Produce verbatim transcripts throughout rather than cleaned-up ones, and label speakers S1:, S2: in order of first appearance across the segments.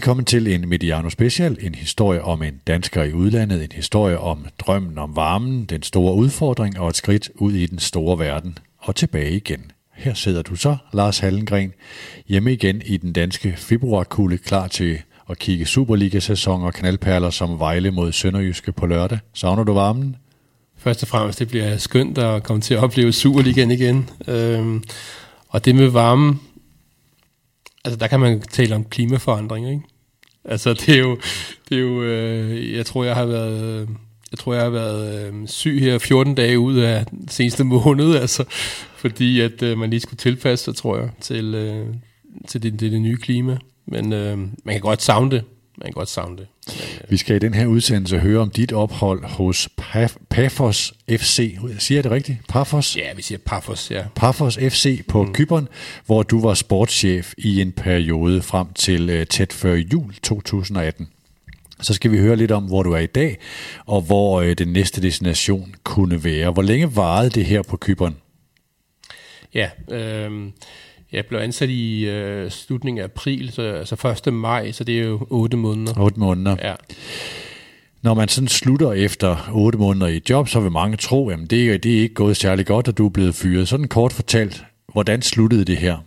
S1: Velkommen til en Mediano Special, en historie om en dansker i udlandet, en historie om drømmen om varmen, den store udfordring og et skridt ud i den store verden og tilbage igen. Her sidder du så, Lars Hallengren, hjemme igen i den danske februarkulde, klar til at kigge Superliga-sæson og knaldperler som Vejle mod Sønderjyske på lørdag. Savner du varmen?
S2: Først og fremmest, det bliver skønt at komme til at opleve Superligaen igen. Øhm, og det med varmen, altså der kan man tale om klimaforandring, ikke? Altså det er jo, det er jo øh, jeg tror jeg har været, jeg tror jeg har været øh, syg her fjorten dage ud af den seneste måned, altså fordi at øh, man lige skulle tilpasse sig, tror jeg, til øh, til det, det, det nye klima. Men øh, man kan godt savne det. Man kan godt savne det. Men, øh.
S1: Vi skal i den her udsendelse høre om dit ophold hos Paf- Paphos F C. Siger jeg det rigtigt? Paphos?
S2: Ja, vi siger Paphos, ja.
S1: Paphos F C på mm. Cypern, hvor du var sportschef i en periode frem til uh, tæt før jul to tusind og atten. Så skal vi høre lidt om, hvor du er i dag, og hvor uh, den næste destination kunne være. Hvor længe varede det her på Cypern?
S2: Ja, øh, jeg blev ansat i øh, slutningen af april, så, altså første maj, så det er jo otte måneder.
S1: Otte måneder.
S2: Ja.
S1: Når man sådan slutter efter otte måneder i et job, så vil mange tro, at det, det er ikke gået særlig godt, at du er blevet fyret. Sådan kort fortalt, hvordan sluttede det her?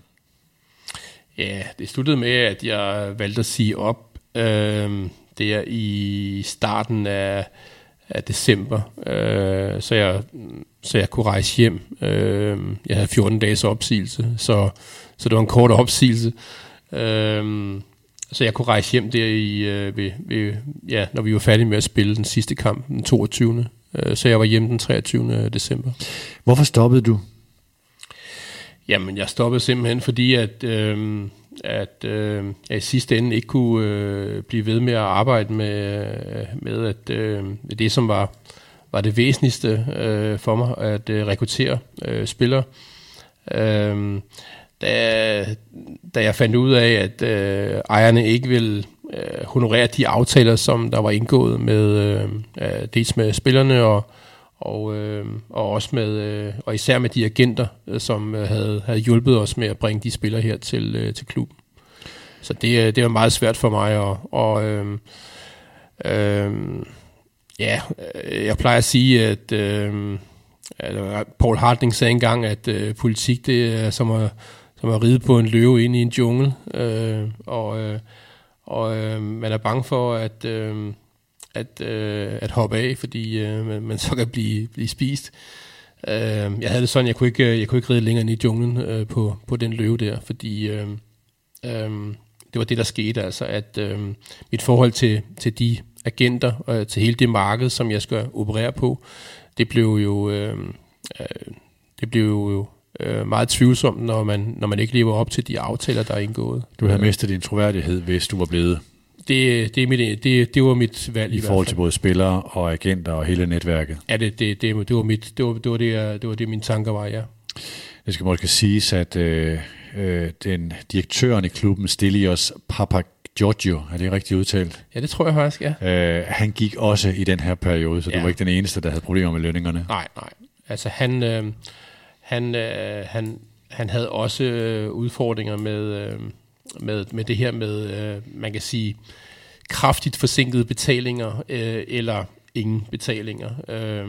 S2: Ja, det sluttede med, at jeg valgte at sige op. Øh, det er i starten af, af december, øh, så, jeg, så jeg kunne rejse hjem. Øh, jeg havde fjorten dages opsigelse, så, så det var en kort opsigelse. Øh, Så jeg kunne rejse hjem der i, øh, ved, ved, ja, når vi var færdige med at spille den sidste kamp, den toogtyvende Øh, så jeg var hjemme den treogtyvende december.
S1: Hvorfor stoppede du?
S2: Jamen, jeg stoppede simpelthen, fordi at, øh, at øh, jeg i sidste ende ikke kunne øh, blive ved med at arbejde med, med at, øh, det, som var, var det væsentligste øh, for mig, at øh, rekruttere øh, spillere. Øh, Da, da jeg fandt ud af, at øh, ejerne ikke ville øh, honorere de aftaler, som der var indgået med øh, dels med spillerne og og, øh, og også med øh, og især med de agenter, øh, som øh, havde havde hjulpet os med at bringe de spillere her til øh, til klubben. Så det det var meget svært for mig at og øh, øh, ja, jeg plejer at sige, at øh, Paul Hartling sagde engang, at øh, politik det er som at som at ride på en løve inde i en jungle, øh, og, øh, og øh, man er bange for at, øh, at, øh, at hoppe af, fordi øh, man, man så kan blive, blive spist. Øh, jeg havde det sådan, jeg kunne ikke, jeg kunne ikke ride længere ind i junglen øh, på, på den løve der, fordi øh, øh, det var det, der skete, altså at øh, mit forhold til, til de agenter og til hele det marked, som jeg skal operere på, det blev jo øh, øh, det blev jo meget tvivlsomt, når man, når man ikke lever op til de aftaler, der er indgået.
S1: Du havde mistet din troværdighed, hvis du var blevet.
S2: Det, det, er mit, det, det var mit valg i,
S1: I forhold til både spillere og agenter og hele netværket.
S2: Ja, det, det, det, det var mit, det var det, var det, det var det mine tanker var, ja.
S1: Det skal måske siges, at øh, øh, den direktøren i klubben, Stelios Papagiorgio, er det rigtigt udtalt?
S2: Ja, det tror jeg faktisk, ja.
S1: Øh, han gik også i den her periode, så ja. Du var ikke den eneste, der havde problemer med lønningerne.
S2: Nej, nej. Altså han... Øh, Han, øh, han, han havde også øh, udfordringer med, øh, med, med det her med, øh, man kan sige, kraftigt forsinkede betalinger, øh, eller ingen betalinger. Øh,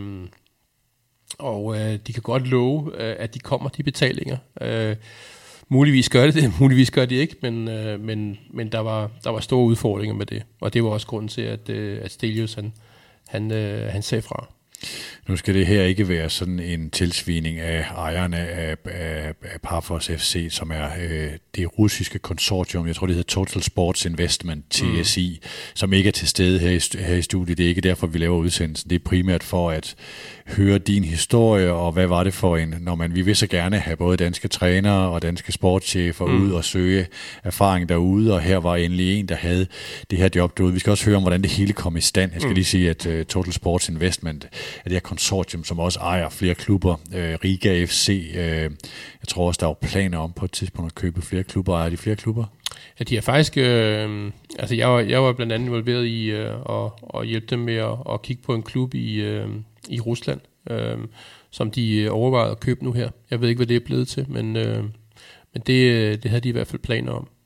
S2: og øh, de kan godt love, øh, at de kommer, de betalinger. Øh, muligvis gør det det, muligvis gør det ikke, men, øh, men, men der, var, der var store udfordringer med det. Og det var også grunden til, at, øh, at Stelios, han, han, øh, han sagde fra.
S1: Nu skal det her ikke være sådan en tilsvining af ejerne af, af, af Paphos F C, som er øh, det russiske konsortium, jeg tror det hedder Total Sports Investment, T S I, mm. som ikke er til stede her i, her i studiet. Det er ikke derfor, vi laver udsendelsen. Det er primært for at høre din historie, og hvad var det for en, når man, vi vil så gerne have både danske trænere og danske sportschefer mm. ud og søge erfaring derude, og her var endelig en, der havde det her job derude. Vi skal også høre om, hvordan det hele kom i stand. Jeg skal mm. lige sige, at uh, Total Sports Investment er det her konsortium, som også ejer flere klubber. Uh, Riga F C, uh, jeg tror også, der var planer om på et tidspunkt at købe flere klubber. Er de flere klubber?
S2: Ja, de er faktisk, øh, altså jeg var, jeg var blandt andet involveret i øh, at, at hjælpe dem med at, at kigge på en klub i, øh, i Rusland, øh, som de overvejede at købe nu her. Jeg ved ikke, hvad det er blevet til, men, øh, men det, det havde de i hvert fald planer om.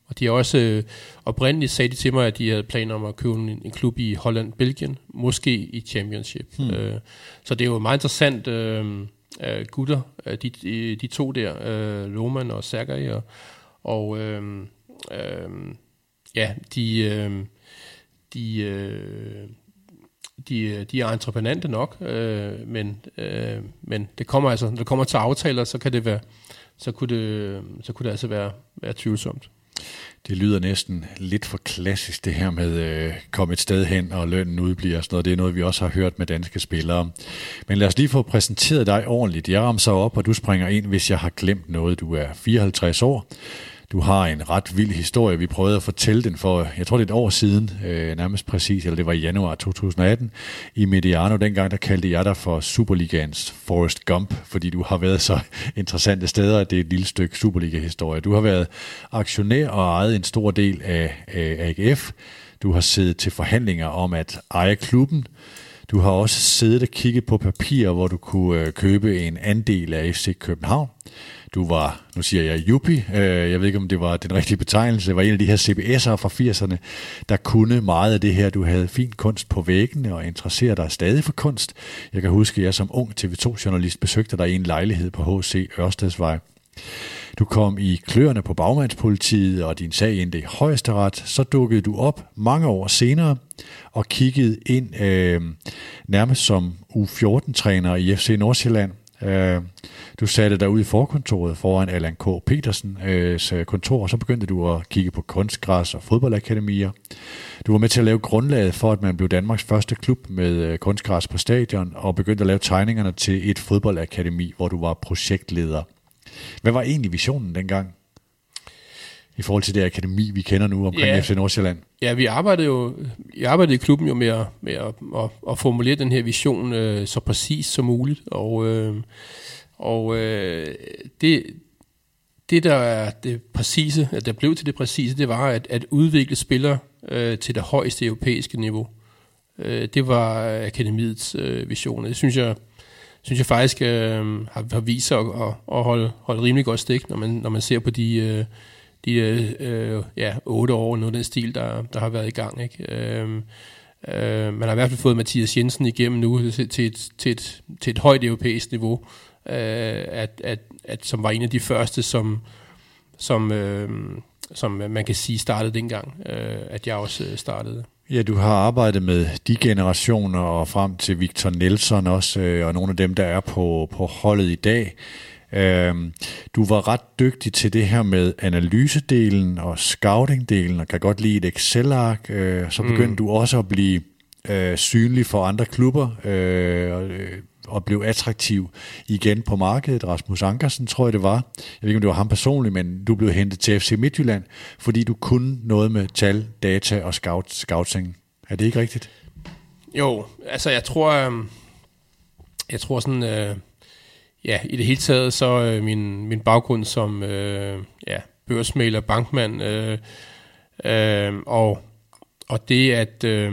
S2: Og de har også øh, oprindeligt sagde de til mig, at de havde planer om at købe en, en klub i Holland, Belgien, måske i Championship. Hmm. Øh, så det er jo meget interessant øh, øh, gutter, de, de, de to der, øh, Lohmann og Sergej, og, og øh, øh, ja, de, øh, de, øh, de, de er entreprenante nok, øh, men, øh, men det kommer altså, når det kommer til aftaler, så kan det være, så kunne det, så kunne det altså være, være tvivlsomt.
S1: Det lyder næsten lidt for klassisk, det her med at øh, komme et sted hen, og lønnen udbliver og sådan noget. Det er noget, vi også har hørt med danske spillere. Men lad os lige få præsenteret dig ordentligt. Jeg ramser op, og du springer ind, hvis jeg har glemt noget. Du er fireoghalvtreds år. Du har en ret vild historie. Vi prøvede at fortælle den for, jeg tror det er et år siden, øh, nærmest præcis, eller det var i januar to tusind atten, i Mediano. Dengang der kaldte jeg dig for Superligaens Forrest Gump, fordi du har været så interessante steder, at det er et lille stykke Superliga-historie. Du har været aktionær og ejet en stor del af, af A G F. Du har siddet til forhandlinger om at eje klubben. Du har også siddet og kigget på papirer, hvor du kunne øh, købe en andel af F C København. Du var, nu siger jeg yuppie, øh, jeg ved ikke om det var den rigtige betegnelse, var en af de her C B S'ere fra firserne, der kunne meget af det her. Du havde fin kunst på væggene og interesserer dig stadig for kunst. Jeg kan huske, at jeg som ung T V to-journalist besøgte dig i en lejlighed på H C Ørstedsvej. Du kom i kløerne på bagmandspolitiet, og din sag endte i Højesteret. Så dukkede du op mange år senere og kiggede ind øh, nærmest som U fjorten-træner i F C Nordsjælland. Uh, du satte dig ud i forkontoret foran Allan K. Petersens uh, kontor, og så begyndte du at kigge på kunstgræs og fodboldakademier. Du var med til at lave grundlaget for, at man blev Danmarks første klub med uh, kunstgræs på stadion, og begyndte at lave tegningerne til et fodboldakademi, hvor du var projektleder. Hvad var egentlig visionen dengang i forhold til det akademi, vi kender nu omkring ja. F C Nordsjælland? Ja,
S2: vi arbejdede jo, jeg arbejdede i klubben jo med at, med at, at, at formulere den her vision øh, så præcis som muligt, og, øh, og øh, det, det der er det præcise, at der blev til det præcise, det var at, at udvikle spillere øh, til det højeste europæiske niveau. Øh, det var akademiets øh, vision. Det synes jeg, synes jeg faktisk øh, har, har vist sig at, at holde, holde rimelig godt stik, når man, når man ser på de øh, de øh, ja, otte år, noget af den stil, der, der har været i gang. Ikke? Øh, øh, man har i hvert fald fået Mathias Jensen igennem nu til et, til et, til et højt europæisk niveau, øh, at, at, at, som var en af de første, som, som, øh, som man kan sige startede dengang, øh, at jeg også startede.
S1: Ja, du har arbejdet med de generationer og frem til Victor Nelson også, øh, og nogle af dem, der er på, på holdet i dag. Du var ret dygtig til det her med analysedelen og scoutingdelen, og kan godt lide et Excel-ark. Så begyndte mm. du også at blive øh, synlig for andre klubber øh, og, og blev attraktiv igen på markedet. Rasmus Ankersen, tror jeg det var. Jeg ved ikke, om det var ham personligt, men du blev hentet til F C Midtjylland, fordi du kunne noget med tal, data og scout, scouting. Er det ikke rigtigt?
S2: Jo, altså jeg tror, øh, jeg tror sådan... Øh Ja, i det hele taget så øh, min, min baggrund som øh, ja, børsmægler, bankmand, øh, øh, og, og det at øh,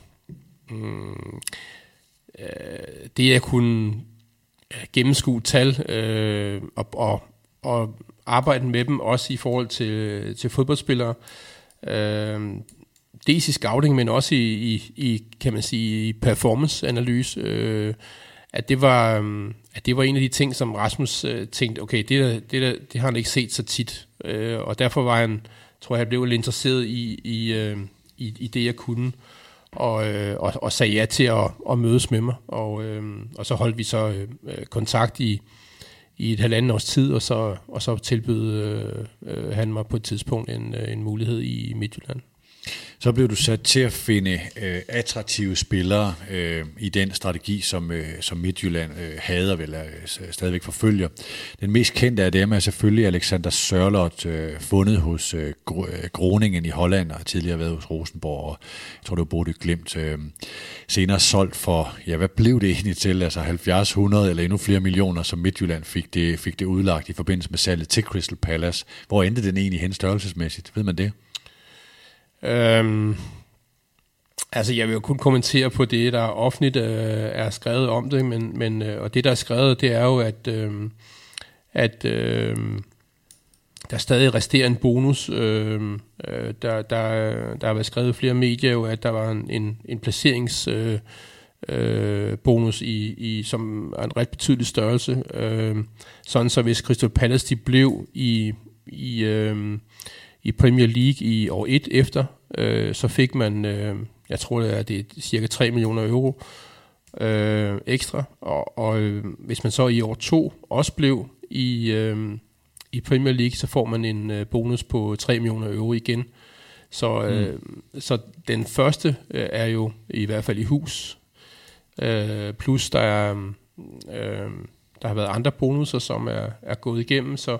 S2: øh, det at kunne gennemskue tal øh, og, og, og arbejde med dem også i forhold til, til fodboldspillere, øh, dels i scouting, men også i, i, i kan man sige i performance-analyse, øh, at det var at det var en af de ting, som Rasmus øh, tænkte, okay, det, der, det, der, det har han ikke set så tit, øh, og derfor var han, tror jeg, han blev lidt interesseret i, i, øh, i, i det, jeg kunne, og, øh, og, og sagde ja til at, at mødes med mig, og, øh, og så holdt vi så øh, kontakt i, i et halvandet års tid, og så, og så tilbød øh, han mig på et tidspunkt en, en mulighed i Midtjylland.
S1: Så blev du sat til at finde øh, attraktive spillere øh, i den strategi, som, øh, som Midtjylland øh, hader vel øh, stadigvæk forfølger. Den mest kendte af dem er selvfølgelig Alexander Sørloth, øh, fundet hos øh, Groningen i Holland, og tidligere været hos Rosenborg, og jeg tror det var Bodø Glimt. Øh, senere solgt for, ja hvad blev det egentlig til, altså halvfjerds hundrede eller endnu flere millioner, som Midtjylland fik det, fik det udlagt i forbindelse med salget til Crystal Palace. Hvor endte den egentlig hen størrelsesmæssigt? Ved man det?
S2: Øhm, altså jeg vil jo kun kommentere på det, der offentligt øh, er skrevet om det, men, men, øh, og det der er skrevet, det er jo, at, øh, at øh, der stadig resterer en bonus. Øh, øh, der, der, der har været skrevet flere medier jo, at der var en, en, en placerings... Øh, Øh, bonus i, i som er en ret betydelig størrelse, øh, sådan så hvis Crystal Palace de blev i i, øh, i Premier League i år et efter, øh, så fik man, øh, jeg tror det er, det er cirka tre millioner euro øh, ekstra, og, og øh, hvis man så i år to også blev i øh, i Premier League, så får man en øh, bonus på tre millioner euro igen. Så øh, mm. så den første øh, er jo i hvert fald i hus. Uh, plus der er uh, der har været andre bonusser, som er, er gået igennem, så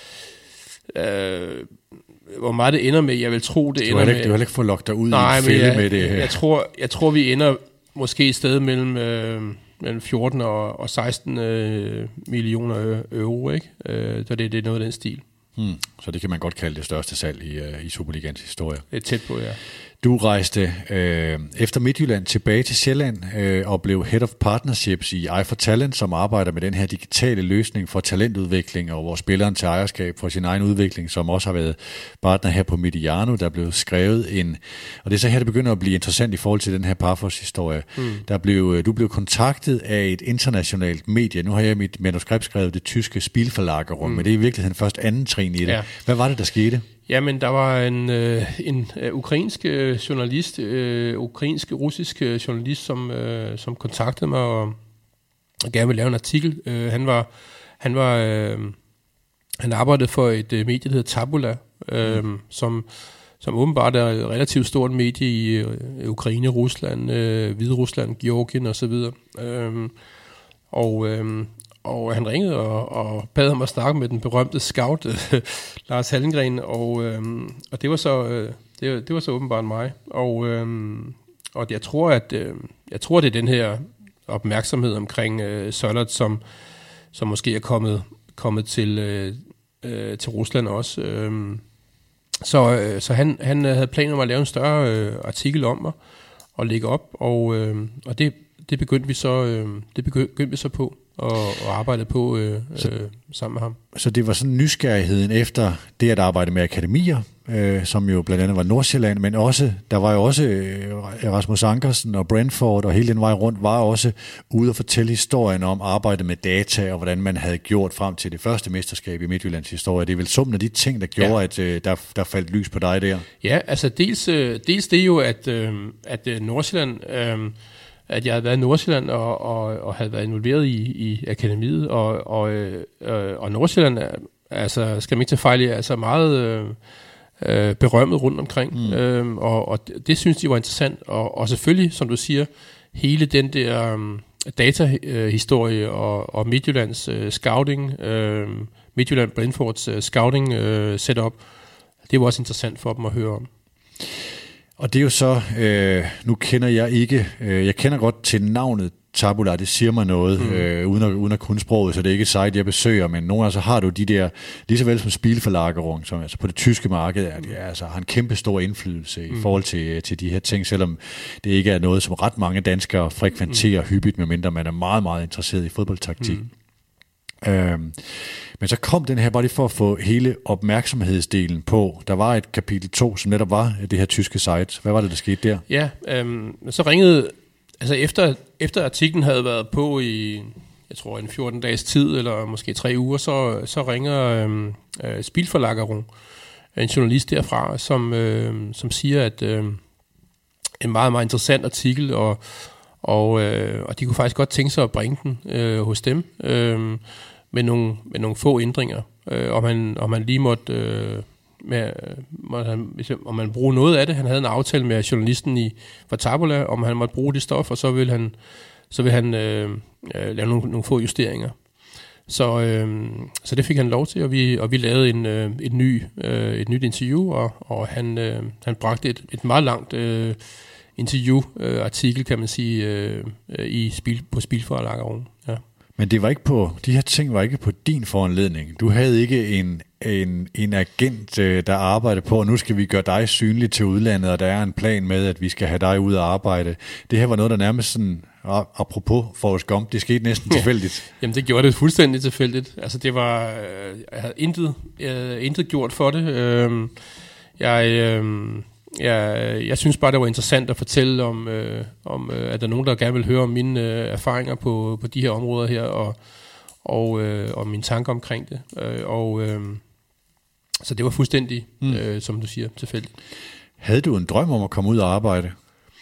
S2: uh, hvor meget det ender med, jeg vil tro det ender
S1: ikke,
S2: med.
S1: Du har heller ikke fået lukket dig ud nej, i en fælde
S2: jeg,
S1: med det her.
S2: Jeg tror, jeg tror vi ender måske et sted mellem uh, mellem fjorten og, og seksten uh, millioner euro, ikke? Uh, så det, det er noget af den stil.
S1: Hmm. Så det kan man godt kalde det største salg i, uh, i Superligans historie.
S2: Det er tæt på, ja.
S1: Du rejste øh, efter Midtjylland tilbage til Sjælland øh, og blev Head of Partnerships i Eye for Talent, som arbejder med den her digitale løsning for talentudvikling, og hvor spilleren til ejerskab for sin egen udvikling, som også har været partner her på Mediano. Der blev skrevet en, og det er så her, det begynder at blive interessant i forhold til den her Parfors-historie. Mm. Der blev, du blev kontaktet af et internationalt medie. Nu har jeg mit manuskript skrevet det tyske Spielverlagerung, mm. men det er i virkeligheden først anden trin i det. Ja. Hvad var det, der skete?
S2: Jamen, der var en, øh, en øh, ukrainsk øh, journalist, øh, ukrainsk russisk øh, journalist, som øh, som kontaktede mig og, og gerne ville lave en artikel. Øh, han var han var øh, han arbejdede for et øh, medie, der hedder Tabula, øh, mm. som som åbenbart er et relativt stort medie i øh, Ukraine, Rusland, øh, Hviderusland, Georgien og så videre. Øh, og øh, Og han ringede og, og bad ham at snakke med den berømte scout, Lars Hallengren, og, øhm, og det var så øh, det, det var så åbenbart mig. Og, øhm, og jeg tror, at øh, jeg tror, det er den her opmærksomhed omkring øh, Sørloth, som, som måske er kommet, kommet til, øh, øh, til Rusland også. Øhm, så øh, så han, han havde planer om at lave en større øh, artikel om mig og lægge op, og, øh, og det, det begyndte vi så øh, det begyndte vi så på. Og, og arbejdede på øh, så, øh, sammen med ham.
S1: Så det var sådan nysgerrigheden efter det at arbejde med akademier, øh, som jo blandt andet var Nordsjælland, men også, der var jo også øh, Rasmus Ankersen og Brentford og hele den vej rundt, var også ude og fortælle historien om arbejdet med data, og hvordan man havde gjort frem til det første mesterskab i Midtjyllands historie. Det er vel summen af de ting, der gjorde, ja. at øh, der, der faldt lys på dig der?
S2: Ja, altså dels, øh, dels det jo, at, øh, at øh, Nordsjælland... Øh, at jeg havde været i Nordsjælland og, og, og havde været involveret i, i akademiet, og, og, øh, og Nordsjælland er, altså, skal man ikke tage fejl i, er altså meget øh, øh, berømmet rundt omkring, mm. øhm, og, og det, det synes de var interessant, og, og selvfølgelig, som du siger, hele den der um, datahistorie øh, og, og Midtjyllands øh, scouting, øh, Midtjylland Brentfords øh, scouting øh, setup, det var også interessant for dem at høre om.
S1: Og det er jo så, øh, nu kender jeg ikke, øh, jeg kender godt til navnet Tabula, det siger mig noget, mm. øh, uden, at, uden at kunne sproget, så det er ikke et site, jeg besøger, men nogle gange så har du de der, lige så vel som Spielverlagerung, som altså på det tyske marked, er, det, altså, har en kæmpe stor indflydelse mm. i forhold til, til de her ting, selvom det ikke er noget, som ret mange danskere frekventerer mm. hyppigt, medmindre man er meget, meget interesseret i fodboldtaktik. Mm. Øhm, men så kom den her, bare lige for at få hele opmærksomhedsdelen på. Der var et kapitel to, som netop var det her tyske site. Hvad var det, der skete der? Ja,
S2: øhm, så ringede, altså efter, efter artiklen havde været på i, jeg tror en fjorten dages tid, eller måske tre uger, så, så ringer øhm, øh, Spielverlagerung, en journalist derfra, som, øh, som siger, at øh, en meget, meget interessant artikel, og, og, øh, og de kunne faktisk godt tænke sig at bringe den øh, hos dem, øh, med nogle, med nogle få ændringer, øh, om, han, om han lige måtte, øh, med, måtte han, hvis, om man bruge noget af det. Han havde en aftale med journalisten i fra Tabula, om han måtte bruge det stof, og så vil han, så vil han øh, øh, lave nogle, nogle få justeringer. Så, øh, så det fik han lov til, og vi, og vi lavede en, øh, et, ny, øh, et nyt interview, og, og han, øh, han bragte et, et meget langt øh, interview-artikel, øh, kan man sige, øh, i spil, på Spielverlagerung. Ja.
S1: Men det var ikke på, de her ting var ikke på din foranledning. Du havde ikke en, en, en agent, der arbejdede på, og nu skal vi gøre dig synlig til udlandet, og der er en plan med, at vi skal have dig ud at arbejde. Det her var noget, der nærmest sådan apropos Forrest Gump, det skete næsten tilfældigt.
S2: Jamen det gjorde det fuldstændig tilfældigt. Altså det var, øh, jeg havde intet, jeg, intet gjort for det. Øh, jeg, øh, jeg, jeg synes bare, det var interessant at fortælle om, øh, om øh, at der er nogen, der gerne vil høre om mine øh, erfaringer på, på de her områder her, og, og, øh, og mine tanker omkring det. Øh, og øh, så det var fuldstændig, mm. øh, som du siger, tilfældigt.
S1: Havde du en drøm om at komme ud og arbejde?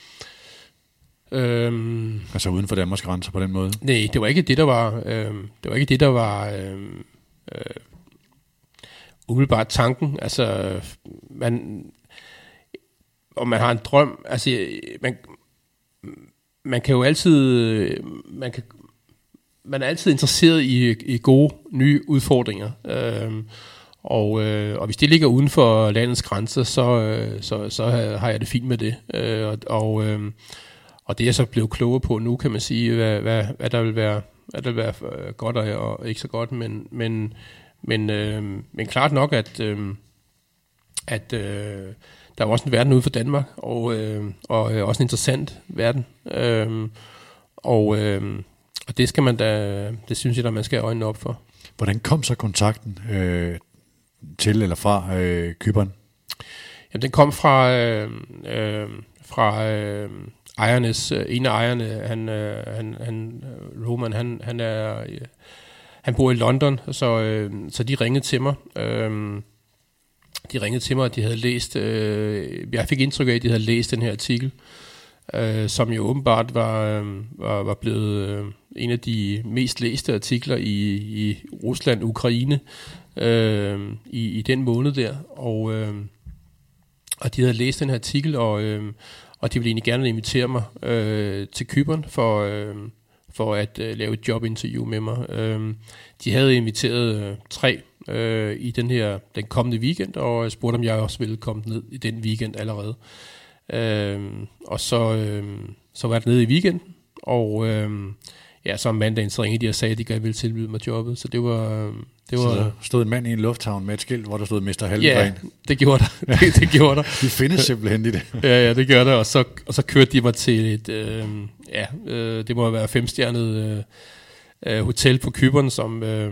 S2: Øhm,
S1: altså uden for Danmarks grænser på den måde?
S2: Nej, det var ikke det, der var, øh, det var ikke det, der var øh, øh, umiddelbart tanken. Altså, man, og man har en drøm, altså, man, man kan jo altid, man kan, man er altid interesseret i, i gode, nye udfordringer. Øh, Og, øh, og hvis det ligger uden for landets grænser, så, øh, så, så har jeg det fint med det. Øh, og, og, øh, og det er jeg så blevet klogere på nu, kan man sige, hvad, hvad, hvad der vil være, hvad der vil være godt og, og ikke så godt. Men, men, men, øh, men klart nok, at, øh, at øh, der er også en verden ude for Danmark, og, øh, og øh, også en interessant verden. Øh, og, øh, og det skal man da, det synes jeg, at man skal have øjnene op for.
S1: Hvordan kom så kontakten øh, til eller fra øh, Cypern?
S2: Jamen, den kom fra øh, øh, fra øh, ejernes, øh, en af ejerne, han, øh, han, han Roman, han, han er, øh, han bor i London, så, øh, så de ringede til mig. Øh, de ringede til mig, at de havde læst, øh, jeg fik indtryk af, at de havde læst den her artikel, øh, som jo åbenbart var, øh, var, var blevet øh, en af de mest læste artikler i, i Rusland, Ukraine, øh, i, i den måned der, og, øh, og de havde læst den her artikel, og, øh, og de ville egentlig gerne invitere mig øh, til Cypern for, øh, for at øh, lave et jobinterview med mig. Øh, de havde inviteret øh, tre øh, i den her den kommende weekend, og spurgte, om jeg også ville komme ned i den weekend allerede. Øh, og så, øh, så var jeg nede i weekenden, og øh, ja, så om mandagen så ringede de og sagde, at de gerne ville tilbyde mig jobbet, så det var... Det var,
S1: så der stod en mand i en lufthavn med et skilt, hvor der stod mister Halmgren.
S2: Ja, det gjorde der. det, det gjorde der.
S1: De findes simpelthen i det.
S2: ja, ja, det gjorde der, og så, og så kørte de mig til et, øh, ja, øh, det må være femstjernet øh, hotel på Cypern, som, øh,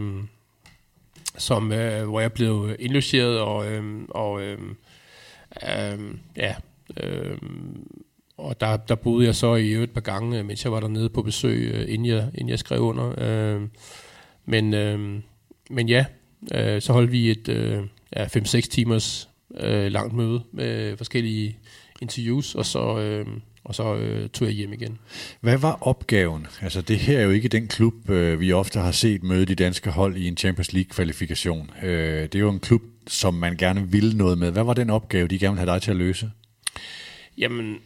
S2: som øh, hvor jeg blev indlogeret, og, øh, og øh, øh, ja, øh, og der, der boede jeg så i et par gange, mens jeg var dernede på besøg, øh, inden, jeg, inden jeg skrev under. Øh, men øh, Men ja, øh, så holdt vi et øh, ja, fem seks timers øh, langt møde med forskellige interviews, og så, øh, og så øh, tog jeg hjem igen.
S1: Hvad var opgaven? Altså det her er jo ikke den klub, øh, vi ofte har set møde de danske hold i en Champions League-kvalifikation. Øh, det er jo en klub, som man gerne ville noget med. Hvad var den opgave, de gerne ville have dig til at løse? Jamen,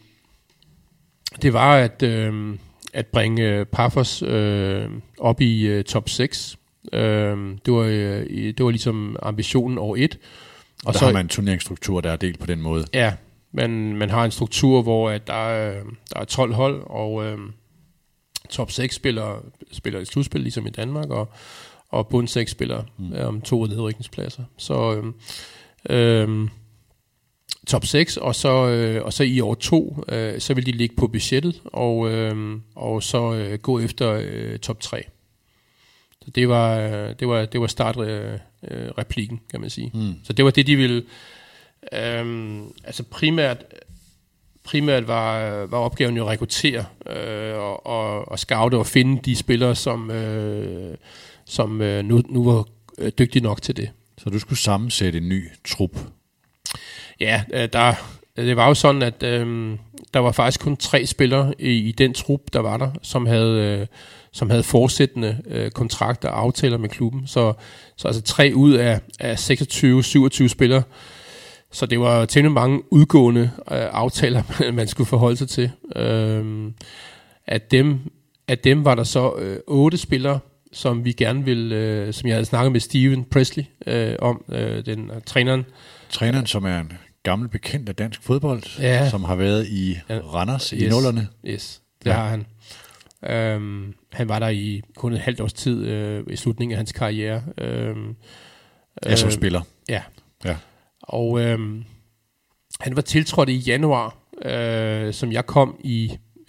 S2: det var at, øh, at bringe Pafos øh, op i øh, top seks. Øh, det, var, øh, det var ligesom ambitionen år et.
S1: Og, og der så har man en turneringsstruktur, der er delt på den måde.
S2: Ja, man, man har en struktur, hvor at der, er, der er tolv hold, og øh, top seks spiller, spiller et slutspil, ligesom i Danmark, og, og bund seks spiller mm. øh, om to nedrykningspladser. Så øh, øh, top seks, og så, øh, og så i år to, øh, så vil de ligge på budgettet, og, øh, og så øh, gå efter øh, top tre. Så det var, det var, det var startreplikken, øh, kan man sige. Mm. Så det var det, de ville... Øhm, altså primært, primært var, var opgaven jo at rekruttere øh, og, og, og scoute og finde de spillere, som, øh, som øh, nu, nu var dygtige nok til det.
S1: Så du skulle sammensætte en ny trup?
S2: Ja, øh, der, det var jo sådan, at øh, der var faktisk kun tre spillere i, i den trup, der var der, som havde... Øh, som havde fortsættende øh, kontrakter og aftaler med klubben. Så, så altså tre ud af, af seksogtyve syvogtyve spillere. Så det var temmelig mange udgående øh, aftaler, man skulle forholde sig til. Øh, af, dem, af dem var der så øh, otte spillere, som vi gerne ville, øh, som jeg havde snakket med Steven Presley øh, om, øh, den øh, træneren.
S1: Træneren, som er en gammel bekendt af dansk fodbold,
S2: ja.
S1: som har været i Randers
S2: yes.
S1: i nullerne.
S2: Yes, det ja. har han. Um, han var der i kun et halvt års tid øh, i slutningen af hans karriere. Um,
S1: ja, som øh, spiller.
S2: Ja.
S1: ja.
S2: Og um, han var tiltrådt i januar, øh, som jeg kom i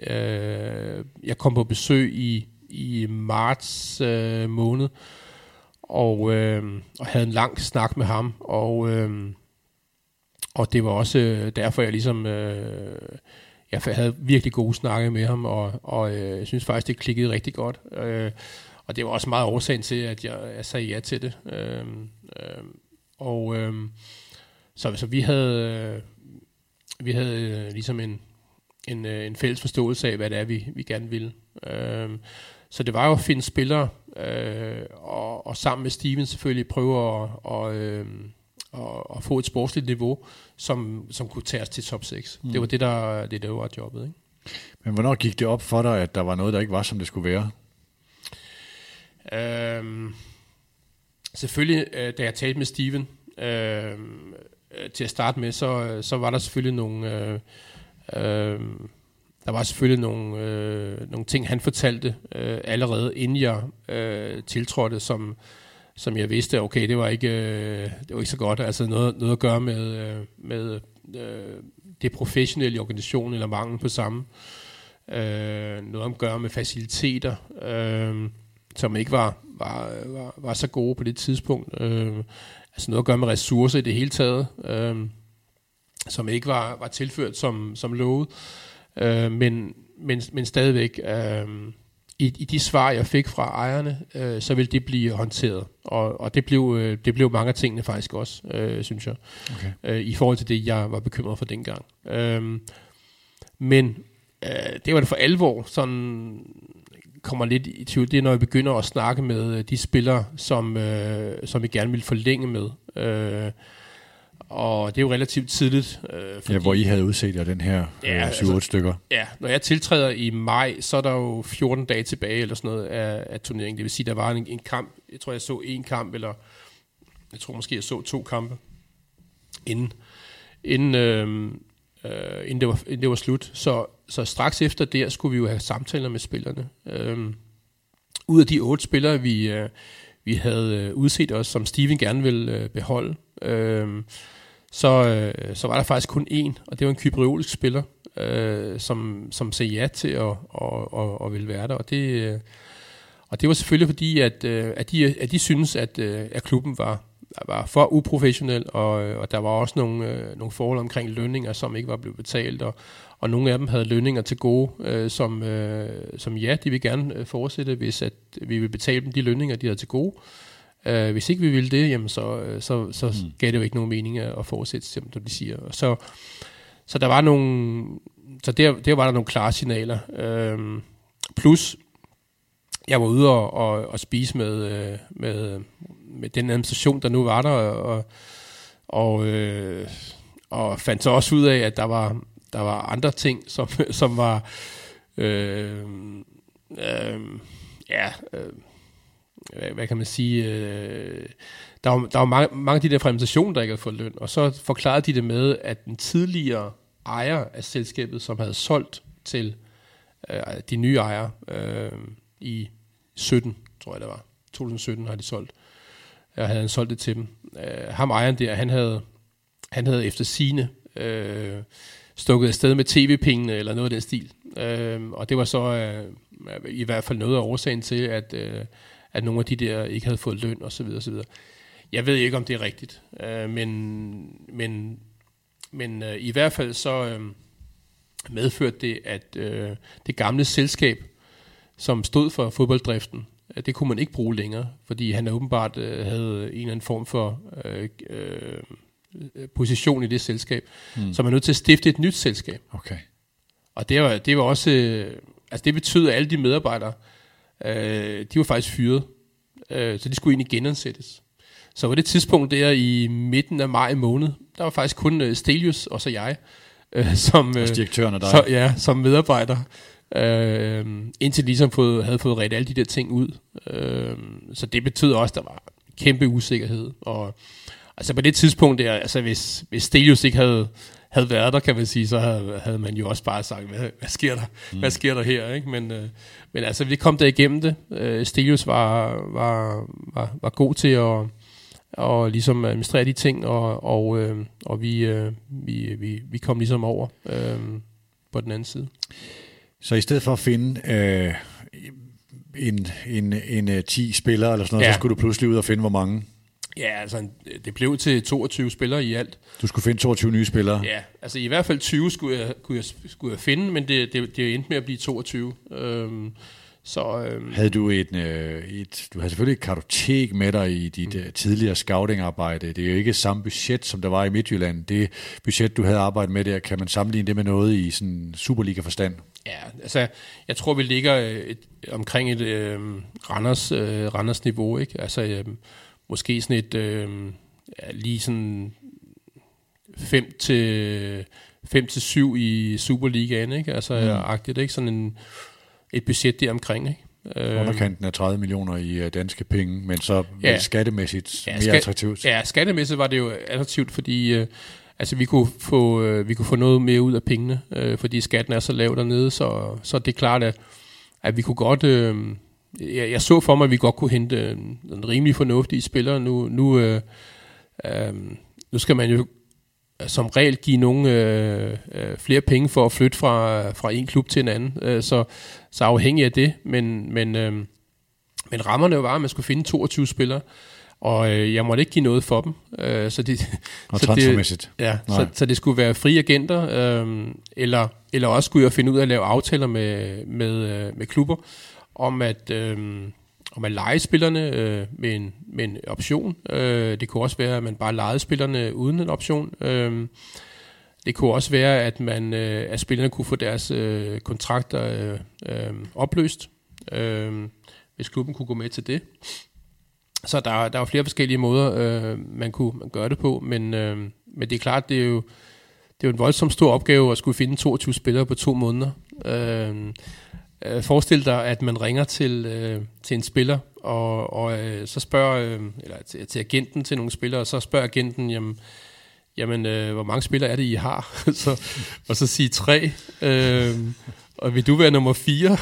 S2: Øh, jeg kom på besøg i, i marts øh, måned, og, øh, og havde en lang snak med ham, og, øh, og det var også derfor, jeg ligesom... Øh, jeg havde virkelig gode snakke med ham, og, og øh, jeg synes faktisk, det klikkede rigtig godt. Øh, og det var også meget årsagen til, at jeg, jeg sagde ja til det. Øh, øh, og øh, så, så vi havde, øh, vi havde øh, ligesom en, en, øh, en fælles forståelse af, hvad det er, vi, vi gerne ville. Øh, så det var jo at finde spillere, øh, og, og sammen med Steven selvfølgelig prøve at... Og, øh, Og, og få et sportsligt niveau, som, som kunne tage os til top seks. Mm. Det var det, der, det, der var jobbet. Ikke?
S1: Men hvornår gik det op for dig, at der var noget, der ikke var, som det skulle være?
S2: Øhm, selvfølgelig, øh, da jeg talte med Steven, øh, til at starte med, så, så var der selvfølgelig nogle... Øh, øh, der var selvfølgelig nogle, øh, nogle ting, han fortalte øh, allerede, inden jeg øh, tiltrådte, som... som jeg vidste, okay, det var ikke, øh, det var ikke så godt. Altså noget, noget at gøre med, øh, med øh, det professionelle i organisationen, eller manglen på samme. Øh, noget at gøre med faciliteter, øh, som ikke var, var, var, var så gode på det tidspunkt. Øh, altså noget at gøre med ressourcer i det hele taget, øh, som ikke var, var tilført som, som lovet. Øh, men, men, men stadigvæk... Øh, I, I de svar, jeg fik fra ejerne, øh, så ville det blive håndteret. Og, og det, blev, øh, det blev mange af tingene faktisk også, øh, synes jeg. Okay. Øh, I forhold til det, jeg var bekymret for dengang. Øh, men øh, det var det for alvor, sådan kommer lidt i tvivl. Det er, når jeg begynder at snakke med de spillere, som, øh, som jeg gerne vil forlænge med. Øh, Og det er jo relativt tidligt. Øh,
S1: ja, hvor I havde udset jer den her ja, øh, syv otte altså, stykker.
S2: Ja, når jeg tiltræder i maj, så er der jo fjorten dage tilbage eller sådan noget af, af turneringen. Det vil sige, der var en, en kamp. Jeg tror, jeg så en kamp, eller jeg tror måske, jeg så to kampe, inden, inden, øh, øh, inden, det, var, inden det var slut. Så, så straks efter det skulle vi jo have samtaler med spillerne. Øh, ud af de otte spillere, vi, øh, vi havde udset os, som Steven gerne ville øh, beholde, øh, Så, øh, så var der faktisk kun én, og det var en kypriolsk spiller, øh, som, som sagde ja til at, og, og, og ville være der. Og det, øh, og det var selvfølgelig fordi, at, øh, at, de, at de synes, at, øh, at klubben var, var for uprofessionel, og, og der var også nogle, øh, nogle forhold omkring lønninger, som ikke var blevet betalt, og, og nogle af dem havde lønninger til gode, øh, som, øh, som ja, de vil gerne fortsætte, hvis at vi vil betale dem de lønninger, de havde til gode. Uh, hvis ikke vi ville det, jamen så, så, så mm. gav det jo ikke nogen mening at fortsætte, som de siger. Så, så der var nogle, så der, der var der nogle klare signaler. Uh, plus, jeg var ude og, og, og spise med, med, med den administration, der nu var der, og, og, uh, og fandt så også ud af, at der var, der var andre ting, som, som var, uh, uh, ja, uh, hvad kan man sige, øh, der var, der var mange, mange af de der præsentationer, der ikke havde fået løn, og så forklarede de det med, at den tidligere ejer af selskabet, som havde solgt til øh, de nye ejere øh, i sytten, tror jeg det var, to tusind sytten har de solgt, jeg havde han solgt det til dem. Øh, ham ejeren der, han havde, han havde efter sigende øh, stukket afsted med tv-pengene, eller noget af den stil, øh, og det var så øh, i hvert fald noget af årsagen til, at øh, at nogle af de der ikke havde fået løn, og så videre, og så videre. Jeg ved ikke, om det er rigtigt, øh, men, men, men øh, i hvert fald så øh, medførte det, at øh, det gamle selskab, som stod for fodbolddriften, øh, det kunne man ikke bruge længere, fordi han åbenbart øh, havde en eller anden form for øh, øh, position i det selskab, hmm. så man er nødt til at stifte et nyt selskab.
S1: Okay.
S2: Og det var, det var også, øh, altså det betød, at alle de medarbejdere, Øh, de var faktisk fyret, øh, så de skulle egentlig genansættes. Så på det tidspunkt der i midten af maj måned, der var faktisk kun øh, Stelius og så jeg, øh, som, øh,
S1: direktøren og dig.
S2: Så, ja, som medarbejder, øh, indtil ligesom fået, havde fået redt alle de der ting ud. Øh, så det betød også, at der var kæmpe usikkerhed. Og altså på det tidspunkt der, altså hvis, hvis Stelius ikke havde havde været der, kan man sige, så havde, havde man jo også bare sagt, hvad, hvad sker der? Mm. Hvad sker der her? Ikke? Men, øh, men altså, vi kom der igennem det. Øh, Stelius var, var, var, var god til at og ligesom administrere de ting, og, og, øh, og vi, øh, vi, vi, vi kom ligesom over øh, på den anden side.
S1: Så i stedet for at finde øh, en, en, en, en ti spillere eller sådan noget, ja. så skulle du pludselig ud og finde hvor mange?
S2: Ja, altså det blev til toogtyve spillere i alt.
S1: Du skulle finde toogtyve nye spillere?
S2: Ja, altså i hvert fald tyve skulle jeg, kunne jeg, skulle jeg finde, men det, det, det endte med at blive toogtyve. Øhm, så, øhm.
S1: Havde du et, øh, et, du havde selvfølgelig et kartotek med dig i dit mm. tidligere scouting-arbejde. Det er jo ikke samme budget, som der var i Midtjylland. Det budget, du havde arbejdet med der, kan man sammenligne det med noget i sådan Superliga-forstand?
S2: Ja, altså jeg tror, vi ligger et, omkring et øh, Randers, øh, Randers niveau, ikke? Altså øh, måske sådan et, øh, lige sådan fem til syv i Superligaen, ikke? Altså mm. agtigt, ikke? Sådan en, et budget der omkring, ikke?
S1: Underkanten af tredive millioner i danske penge, men så ja. skattemæssigt
S2: ja,
S1: mere
S2: skat,
S1: attraktivt.
S2: Ja, skattemæssigt var det jo attraktivt, fordi øh, altså vi kunne få øh, vi kunne få noget mere ud af pengene, øh, fordi skatten er så lav dernede, så så det er klart at at vi kunne godt øh, jeg, jeg så for mig at vi godt kunne hente en, en rimelig fornuftige spillere nu nu øh, øh, nu skal man jo som regel give nogle øh, øh, flere penge for at flytte fra fra en klub til en anden, øh, så så afhængig af det, men men øh, men rammerne var at man skulle finde toogtyve spillere. Og øh, jeg måtte ikke give noget for dem. Øh, så det,
S1: og så transfermæssigt.
S2: Det, ja, så, så det skulle være frie agenter, øh, eller, eller også skulle jeg finde ud af at lave aftaler med, med, øh, med klubber, om at, øh, om at lege spillerne øh, med, en, med en option. Øh, det kunne også være, at man bare legede spillerne uden en option. Øh, det kunne også være, at, man, øh, at spillerne kunne få deres øh, kontrakter øh, øh, opløst, øh, hvis klubben kunne gå med til det. Så der, der er jo flere forskellige måder, øh, man kunne man gøre det på, men, øh, men det er klart, det er jo det er jo en voldsomt stor opgave at skulle finde toogtyve spillere på to måneder. Øh, øh, forestil dig, at man ringer til, øh, til en spiller, og, og øh, så spørger, øh, eller til, til agenten til nogle spillere, og så spørger agenten, jamen, jamen øh, hvor mange spillere er det, I har? så, og så sige tre, øh, og vil du være nummer fire?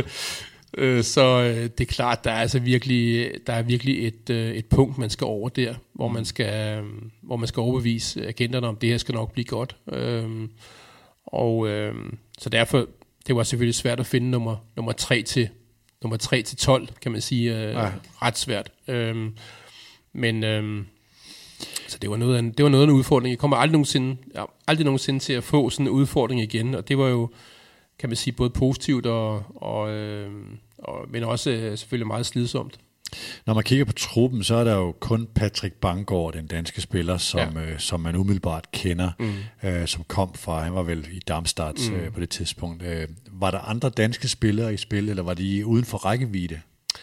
S2: Så øh, det er klart, der er altså virkelig, der er virkelig et, øh, et punkt, man skal over der, hvor man skal, øh, hvor man skal overbevise agenterne om, det her skal nok blive godt. Øh, og øh, så derfor, det var selvfølgelig svært at finde nummer, nummer tre til nummer tre til tolv, kan man sige, øh, ja. ret svært. Øh, men øh, så det var noget af en, det var noget af en udfordring. Jeg kommer aldrig nogensinde, ja, aldrig nogensinde til at få sådan en udfordring igen, og det var jo, kan man sige, både positivt og, og, øh, og men også øh, selvfølgelig meget slidsomt.
S1: Når man kigger på truppen, så er der jo kun Patrick Banggaard, den danske spiller, som, ja. øh, som man umiddelbart kender, mm. øh, som kom fra, han var vel i Darmstadt mm. øh, på det tidspunkt. Øh, var der andre danske spillere i spil, eller var de uden for rækkevidde?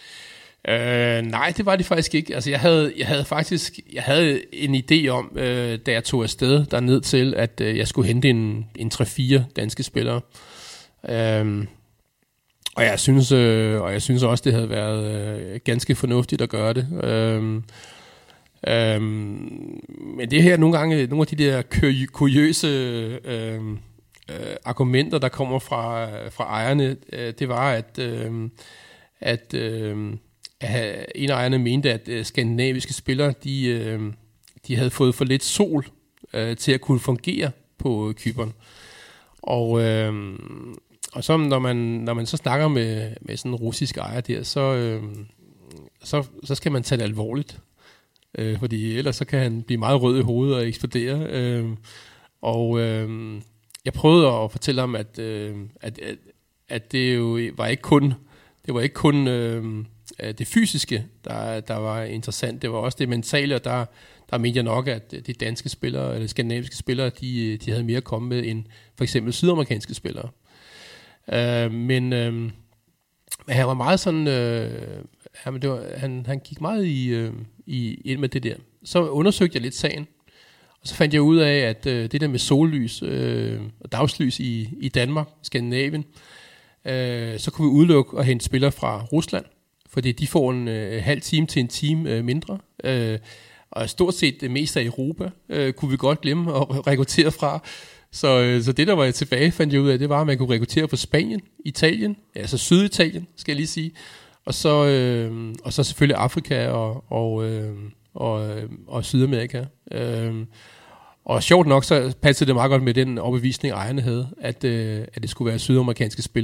S2: Øh, nej, det var de faktisk ikke. Altså, jeg havde, jeg havde faktisk jeg havde en idé om, øh, da jeg tog afsted derned til, at øh, jeg skulle hente en, en tre fire danske spillere. Øhm, og jeg synes øh, og jeg synes også det havde været øh, ganske fornuftigt at gøre det. Øhm, øhm, men det her nogle gange nogle af de der kuriøse øh, øh, argumenter der kommer fra fra ejerne, øh, det var at øh, at, øh, at en af ejerne mente at øh, skandinaviske spillere de øh, de havde fået for lidt sol øh, til at kunne fungere på Cypern. Og øh, Og så når man når man så snakker med med sådan en russisk ejer der, så øh, så så skal man tage det alvorligt, øh, fordi ellers så kan han blive meget rød i hovedet og eksplodere. Øh, og øh, jeg prøvede at fortælle ham at øh, at, at at det jo var ikke kun det var ikke kun øh, det fysiske der der var interessant, det var også det mentale, og der der mente jeg nok at de danske spillere eller skandinaviske spillere de de havde mere at komme med end for eksempel sydamerikanske spillere. Uh, men, uh, men han var meget sådan, uh, han, det var, han, han gik meget i, uh, i ind med det der. Så undersøgte jeg lidt sagen, og så fandt jeg ud af, at uh, det der med sollys uh, og dagslys i, i Danmark, Skandinavien, uh, så kunne vi udelukke at hente spillere fra Rusland, fordi de får en uh, halv time til en time uh, mindre. Uh, og stort set det meste af Europa uh, kunne vi godt glemme at rekruttere fra. Så, så det, der var tilbage, fandt jeg ud af, det var, at man kunne rekruttere fra Spanien, Italien, altså Syditalien, skal jeg lige sige, og så, øh, og så selvfølgelig Afrika og, og, øh, og, og Sydamerika. Øh, og sjovt nok, så passede det meget godt med den overbevisning, ejerne havde, at, øh, at det skulle være sydamerikanske spillere,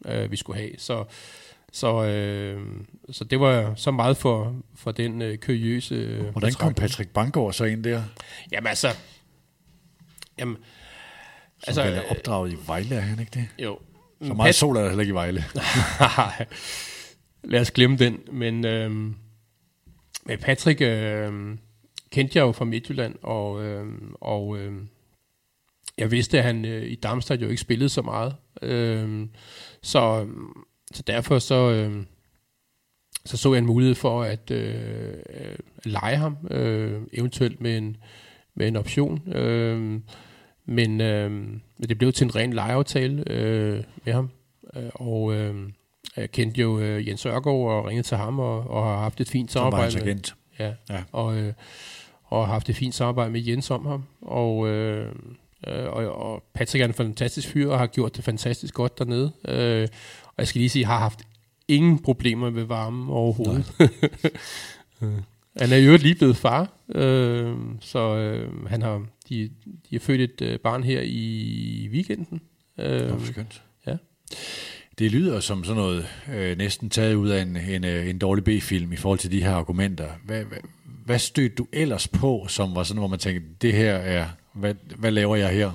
S2: øh, vi skulle have. Så, så, øh, så det var så meget for, for den øh, kuriøse... Øh,
S1: Hvordan kom Patrick Banggaard så ind der?
S2: Jamen altså... Jamen,
S1: Som altså, er opdraget i Vejle, er han ikke det?
S2: Jo.
S1: Så meget Pat- sol er der heller ikke i Vejle.
S2: Lad os glemme den. Men, øh, men Patrick øh, kendte jeg jo fra Midtjylland, og, øh, og øh, jeg vidste, at han øh, i Darmstadt jo ikke spillede så meget. Øh, så, så derfor så, øh, så så jeg en mulighed for at øh, lege ham, øh, eventuelt med en, med en option. Øh, men, øh, men det blev til en ren lejeaftale øh, med ham. Øh, og øh, jeg kendte jo øh, Jens Ørgaard og ringede til ham og, og har haft et fint samarbejde med, ja, ja. Og, øh, og har haft et fint samarbejde med Jens om ham. Og, øh, og, og Patrick er en fantastisk fyr og har gjort det fantastisk godt dernede. Øh, og jeg skal lige sige, har haft ingen problemer med varme overhovedet. Han er jo lige blevet far, øh, så øh, han har, de, de har født et øh, barn her i weekenden. Øh,
S1: det er skønt.
S2: Ja.
S1: Det lyder som sådan noget øh, næsten taget ud af en, en, en dårlig B-film i forhold til de her argumenter. Hvad, hvad, hvad stødte du ellers på, som var sådan, hvor man tænkte, det her er, hvad, hvad laver jeg her?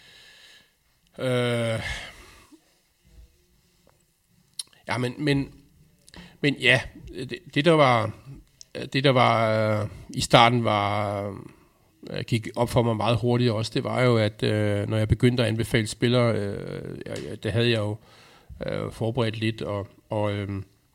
S2: Øh, ja, men, men, men ja, det, det der var... Det, der var øh, i starten, var øh, gik op for mig meget hurtigt også, det var jo, at øh, når jeg begyndte at anbefale spillere, øh, jeg, det havde jeg jo øh, forberedt lidt, og, og, øh,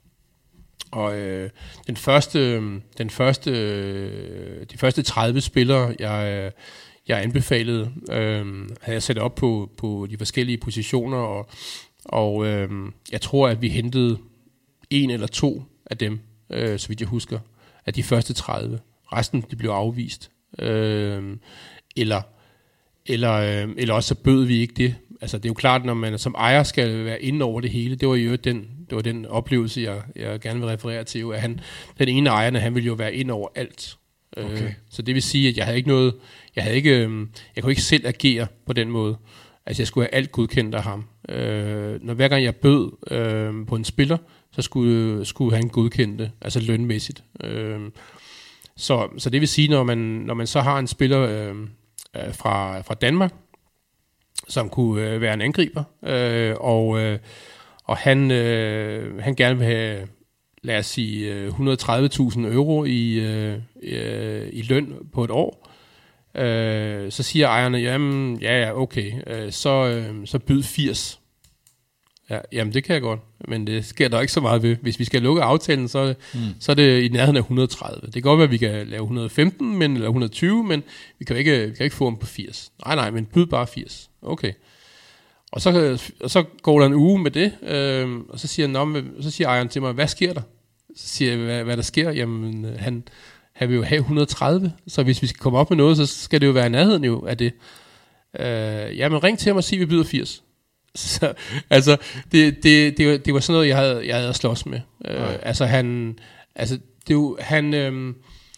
S2: og øh, den første, den første, øh, de første tredive spillere, jeg, jeg anbefalede, øh, havde jeg sat op på, på de forskellige positioner, og, og øh, jeg tror, at vi hentede en eller to af dem, øh, så vidt jeg husker, af de første tredive. Resten, de blev afvist. Øh, eller, eller, øh, eller også så bød vi ikke det. Altså, det er jo klart, når man som ejer skal være inde over det hele. Det var jo den, det var den oplevelse, jeg, jeg gerne vil referere til. Jo, at han, den ene ejerne, han ville jo være inde over alt. Okay. Øh, så det vil sige, at jeg havde ikke noget... Jeg, havde ikke, øh, jeg kunne ikke selv agere på den måde. Altså, jeg skulle have alt godkendt af ham. Øh, når hver gang jeg bød øh, på en spiller, så skulle, skulle han godkende det, altså lønmæssigt. Øh, så, så det vil sige, når man, når man så har en spiller øh, fra, fra Danmark, som kunne øh, være en angriber, øh, og, øh, og han, øh, han gerne vil have, lad os sige, et hundrede og tredive tusind euro i, øh, i løn på et år, øh, så siger ejerne, jamen, ja, ja, okay, øh, så, øh, så byd firs. Ja, jamen det kan jeg godt, men det sker der ikke så meget ved. Hvis vi skal lukke aftalen, så er det, mm. så er det i nærheden af et hundrede og tredive. Det kan godt være, at vi kan lave et hundrede og femten, men, eller et hundrede og tyve, men vi kan ikke, vi kan ikke få dem på firs. Nej, nej, men byd bare firs. Okay. Og så, og så går der en uge med det, øh, og så siger, Nå, så siger ejeren til mig, hvad sker der? Så siger jeg, hvad, hvad der sker? Jamen, han, han vil jo have et hundrede og tredive, så hvis vi skal komme op med noget, så skal det jo være i nærheden jo af det. Øh, jamen, ring til ham og sig, at vi byder firs. Så, altså det, det, det, var, det var sådan noget jeg havde jeg havde at slås med. Øh, altså han altså det er jo, han øh,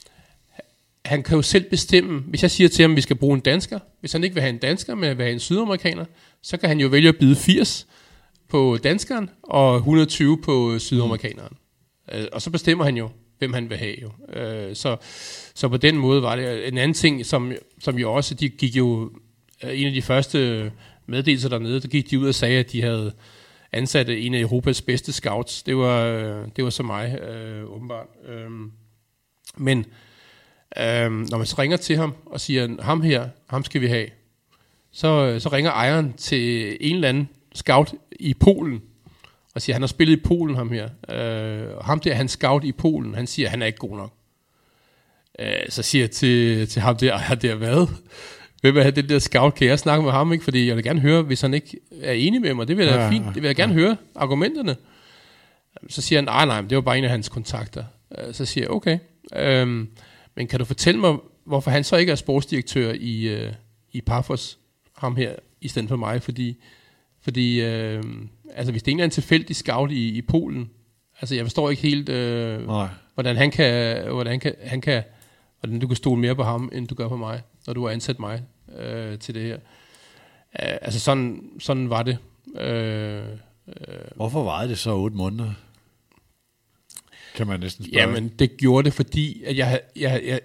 S2: han kan jo selv bestemme. Hvis jeg siger til ham at vi skal bruge en dansker, hvis han ikke vil have en dansker, men vil have en sydamerikaner, så kan han jo vælge at byde firs på danskeren og et hundrede og tyve på sydamerikaneren. Mm. Øh, og så bestemmer han jo hvem han vil have jo. Øh, så så på den måde var det en anden ting som som jo også de gik jo en af de første meddelelser dernede, der gik de ud og sagde, at de havde ansat en af Europas bedste scouts. Det var, det var så mig, øh, åbenbart. Øhm, men øh, når man så ringer til ham og siger, ham her, ham skal vi have, så, så ringer ejeren til en eller anden scout i Polen, og siger, han har spillet i Polen, ham her. Øh, ham der, han scout i Polen, han siger, han er ikke god nok. Øh, så siger jeg til, til ham der, ejer der, hvad? Hvem er det der scout? Kan jeg snakke med ham, ikke? Fordi jeg vil gerne høre, hvis han ikke er enig med mig. Det vil være ja, fint. Det vil jeg gerne ja. høre, argumenterne. Så siger han, nej, nej, det var bare en af hans kontakter. Så siger jeg, okay. Øhm, men kan du fortælle mig, hvorfor han så ikke er sportsdirektør i, uh, i Pafos, ham her, i stedet for mig? Fordi, fordi øh, altså, hvis det egentlig er en tilfældig scout i, i Polen, altså jeg forstår ikke helt, øh, hvordan han kan, hvordan kan, han kan, hvordan du kan stole mere på ham, end du gør på mig, når du har ansat mig øh, til det her. Uh, altså sådan, sådan var det. Uh,
S1: Hvorfor varede det så otte måneder? Kan man næsten spørge.
S2: Jamen, det gjorde det, fordi at jeg, jeg, jeg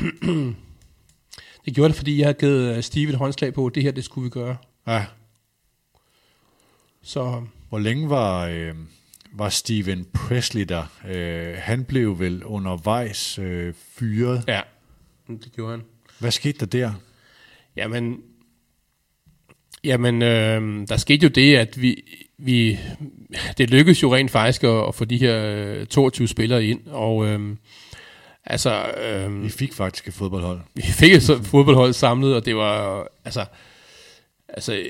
S2: det gjorde det, fordi jeg havde givet Steve et håndslag på, at det her, det skulle vi gøre.
S1: Ja.
S2: Så
S1: hvor længe var, øh, var Steven Presley der? Øh, han blev vel undervejs øh, fyret.
S2: Ja, det gjorde han.
S1: Hvad skete der der?
S2: Jamen, jamen øh, der skete jo det, at vi, vi det lykkedes jo rent faktisk at, at få de her øh, toogtyve spillere ind, og øh, altså... Øh,
S1: vi fik faktisk et fodboldhold.
S2: Vi fik et fodboldhold samlet, og det var altså... altså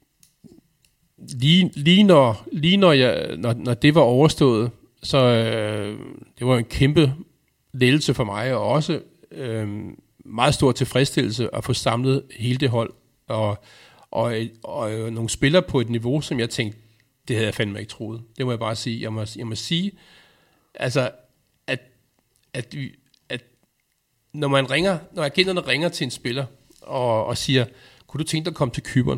S2: lige, lige, når, lige når, jeg, når, når det var overstået, så øh, det var en kæmpe lettelse for mig, og også øh, meget stor tilfredsstillelse at få samlet hele det hold, og, og, og øh, nogle spillere på et niveau, som jeg tænkte, det havde jeg fandme ikke troet. Det må jeg bare sige. Jeg må, jeg må sige, altså, at, at, at når man ringer, når agenterne ringer til en spiller, og, og siger, kunne du tænke dig at komme til Cypern?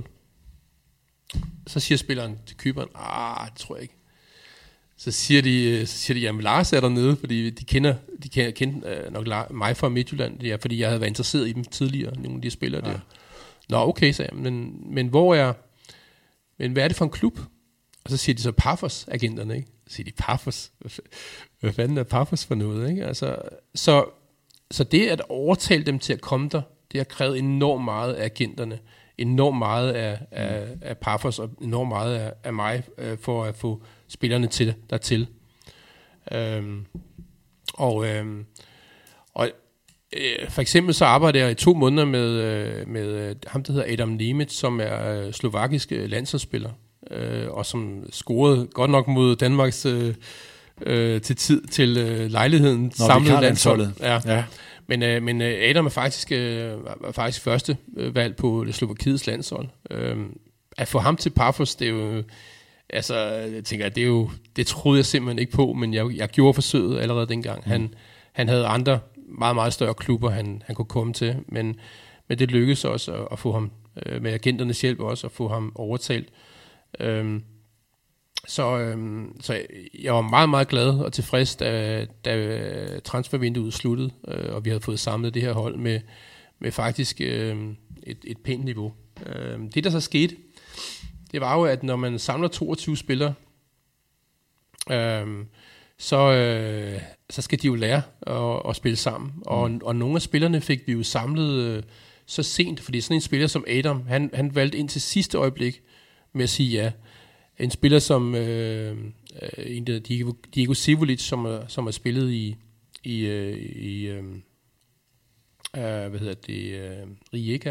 S2: Så siger spilleren til Cypern, ah, det tror jeg ikke. Så siger de, så siger de, jamen Lars er dernede, fordi de kender, de kender, kender nok mig fra Midtjylland, ja, fordi jeg havde været interesseret i dem tidligere, nogle af de spillere ja. der. Nå, okay, sagde jeg, men, men hvor er, men hvad er det for en klub? Og så siger de så Paphos, agenterne, ikke? Så siger de Paphos, hvad fanden er Paphos for noget, ikke? Altså, så, så det at overtale dem til at komme der, det har krævet enormt meget af agenterne, enormt meget af, mm. af, af Paphos, og enormt meget af, af mig, øh, for at få spillerne til dertil. Øhm, og øhm, og øh, for eksempel så arbejder jeg i to måneder med, øh, med øh, ham, der hedder Adam Nemec, som er øh, slovakisk landsholdsspiller, øh, og som scorede godt nok mod Danmarks øh, øh, til tid til øh, lejligheden samlede landsholdet. Ja. Ja. Men, øh, men Adam er faktisk, øh, er faktisk første øh, valg på Slovakiets landshold. Øh, at få ham til Paphos, det er jo, altså, jeg tænker, det er jo, det troede jeg simpelthen ikke på, men jeg, jeg gjorde forsøget allerede dengang. Mm. Han, han havde andre meget, meget større klubber, han, han kunne komme til, men, men det lykkedes også at, at få ham, øh, med agenternes hjælp også, at få ham overtalt. Øh, Så, øhm, så jeg var meget, meget glad og tilfreds, da, da transfervinduet sluttede, øh, og vi havde fået samlet det her hold med, med faktisk øh, et, et pænt niveau. Øh, det, der så skete, det var jo, at når man samler toogtyve spillere, øh, så, øh, så skal de jo lære at, at spille sammen. Mm. Og, og nogle af spillerne fik vi jo samlet øh, så sent, fordi sådan en spiller som Adam, han, han valgte ind til sidste øjeblik med at sige ja. En spiller som øh, en der Diego, Diego Sivulic, som er, som er spillet i i øh, i øh, hvad hedder det øh, Rijeka,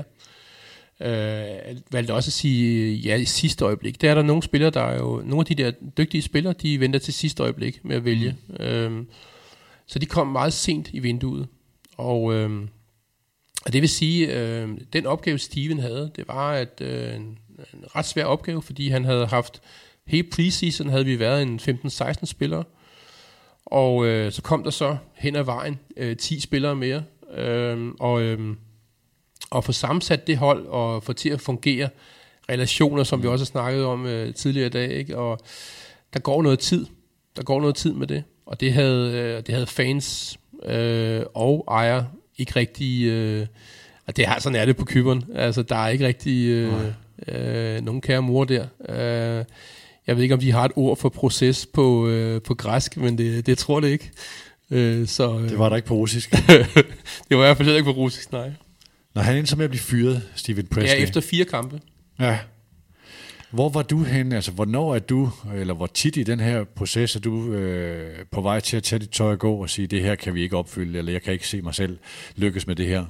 S2: øh, valgte også at sige ja i sidste øjeblik. Der er der nogle spillere, der er jo nogle af de der dygtige spillere, de venter til sidste øjeblik med at vælge. Mm. Øh, så de kom meget sent i vinduet, og øh, og det vil sige, øh, den opgave Steven havde, det var at øh, en ret svær opgave, fordi han havde haft, hele preseason havde vi været en femten seksten spillere, og øh, så kom der så hen ad vejen øh, ti spillere mere, øh, og, øh, og få sammensat det hold, og få til at fungere relationer, som vi også har snakket om øh, tidligere i dag, ikke? Og der går noget tid, der går noget tid med det, og det havde, øh, det havde fans øh, og ejere ikke rigtig, øh, og det har sådan er det på Cypern, altså der er ikke rigtig øh, øh, nogen kære mor der. Øh, jeg ved ikke, om de har et ord for proces på, øh, på græsk, men det, det tror det ikke. Øh, så, øh,
S1: det var der ikke på russisk.
S2: Det var i hvert fald ikke på russisk, nej.
S1: Når han endte så med at blive fyret, Steven Presley.
S2: Ja, efter fire kampe.
S1: Ja. Hvor var du henne? Altså, hvornår er du, eller hvor tit i den her proces er du øh, på vej til at tage dit tøj og gå og sige, det her kan vi ikke opfylde, eller jeg kan ikke se mig selv lykkes med det her?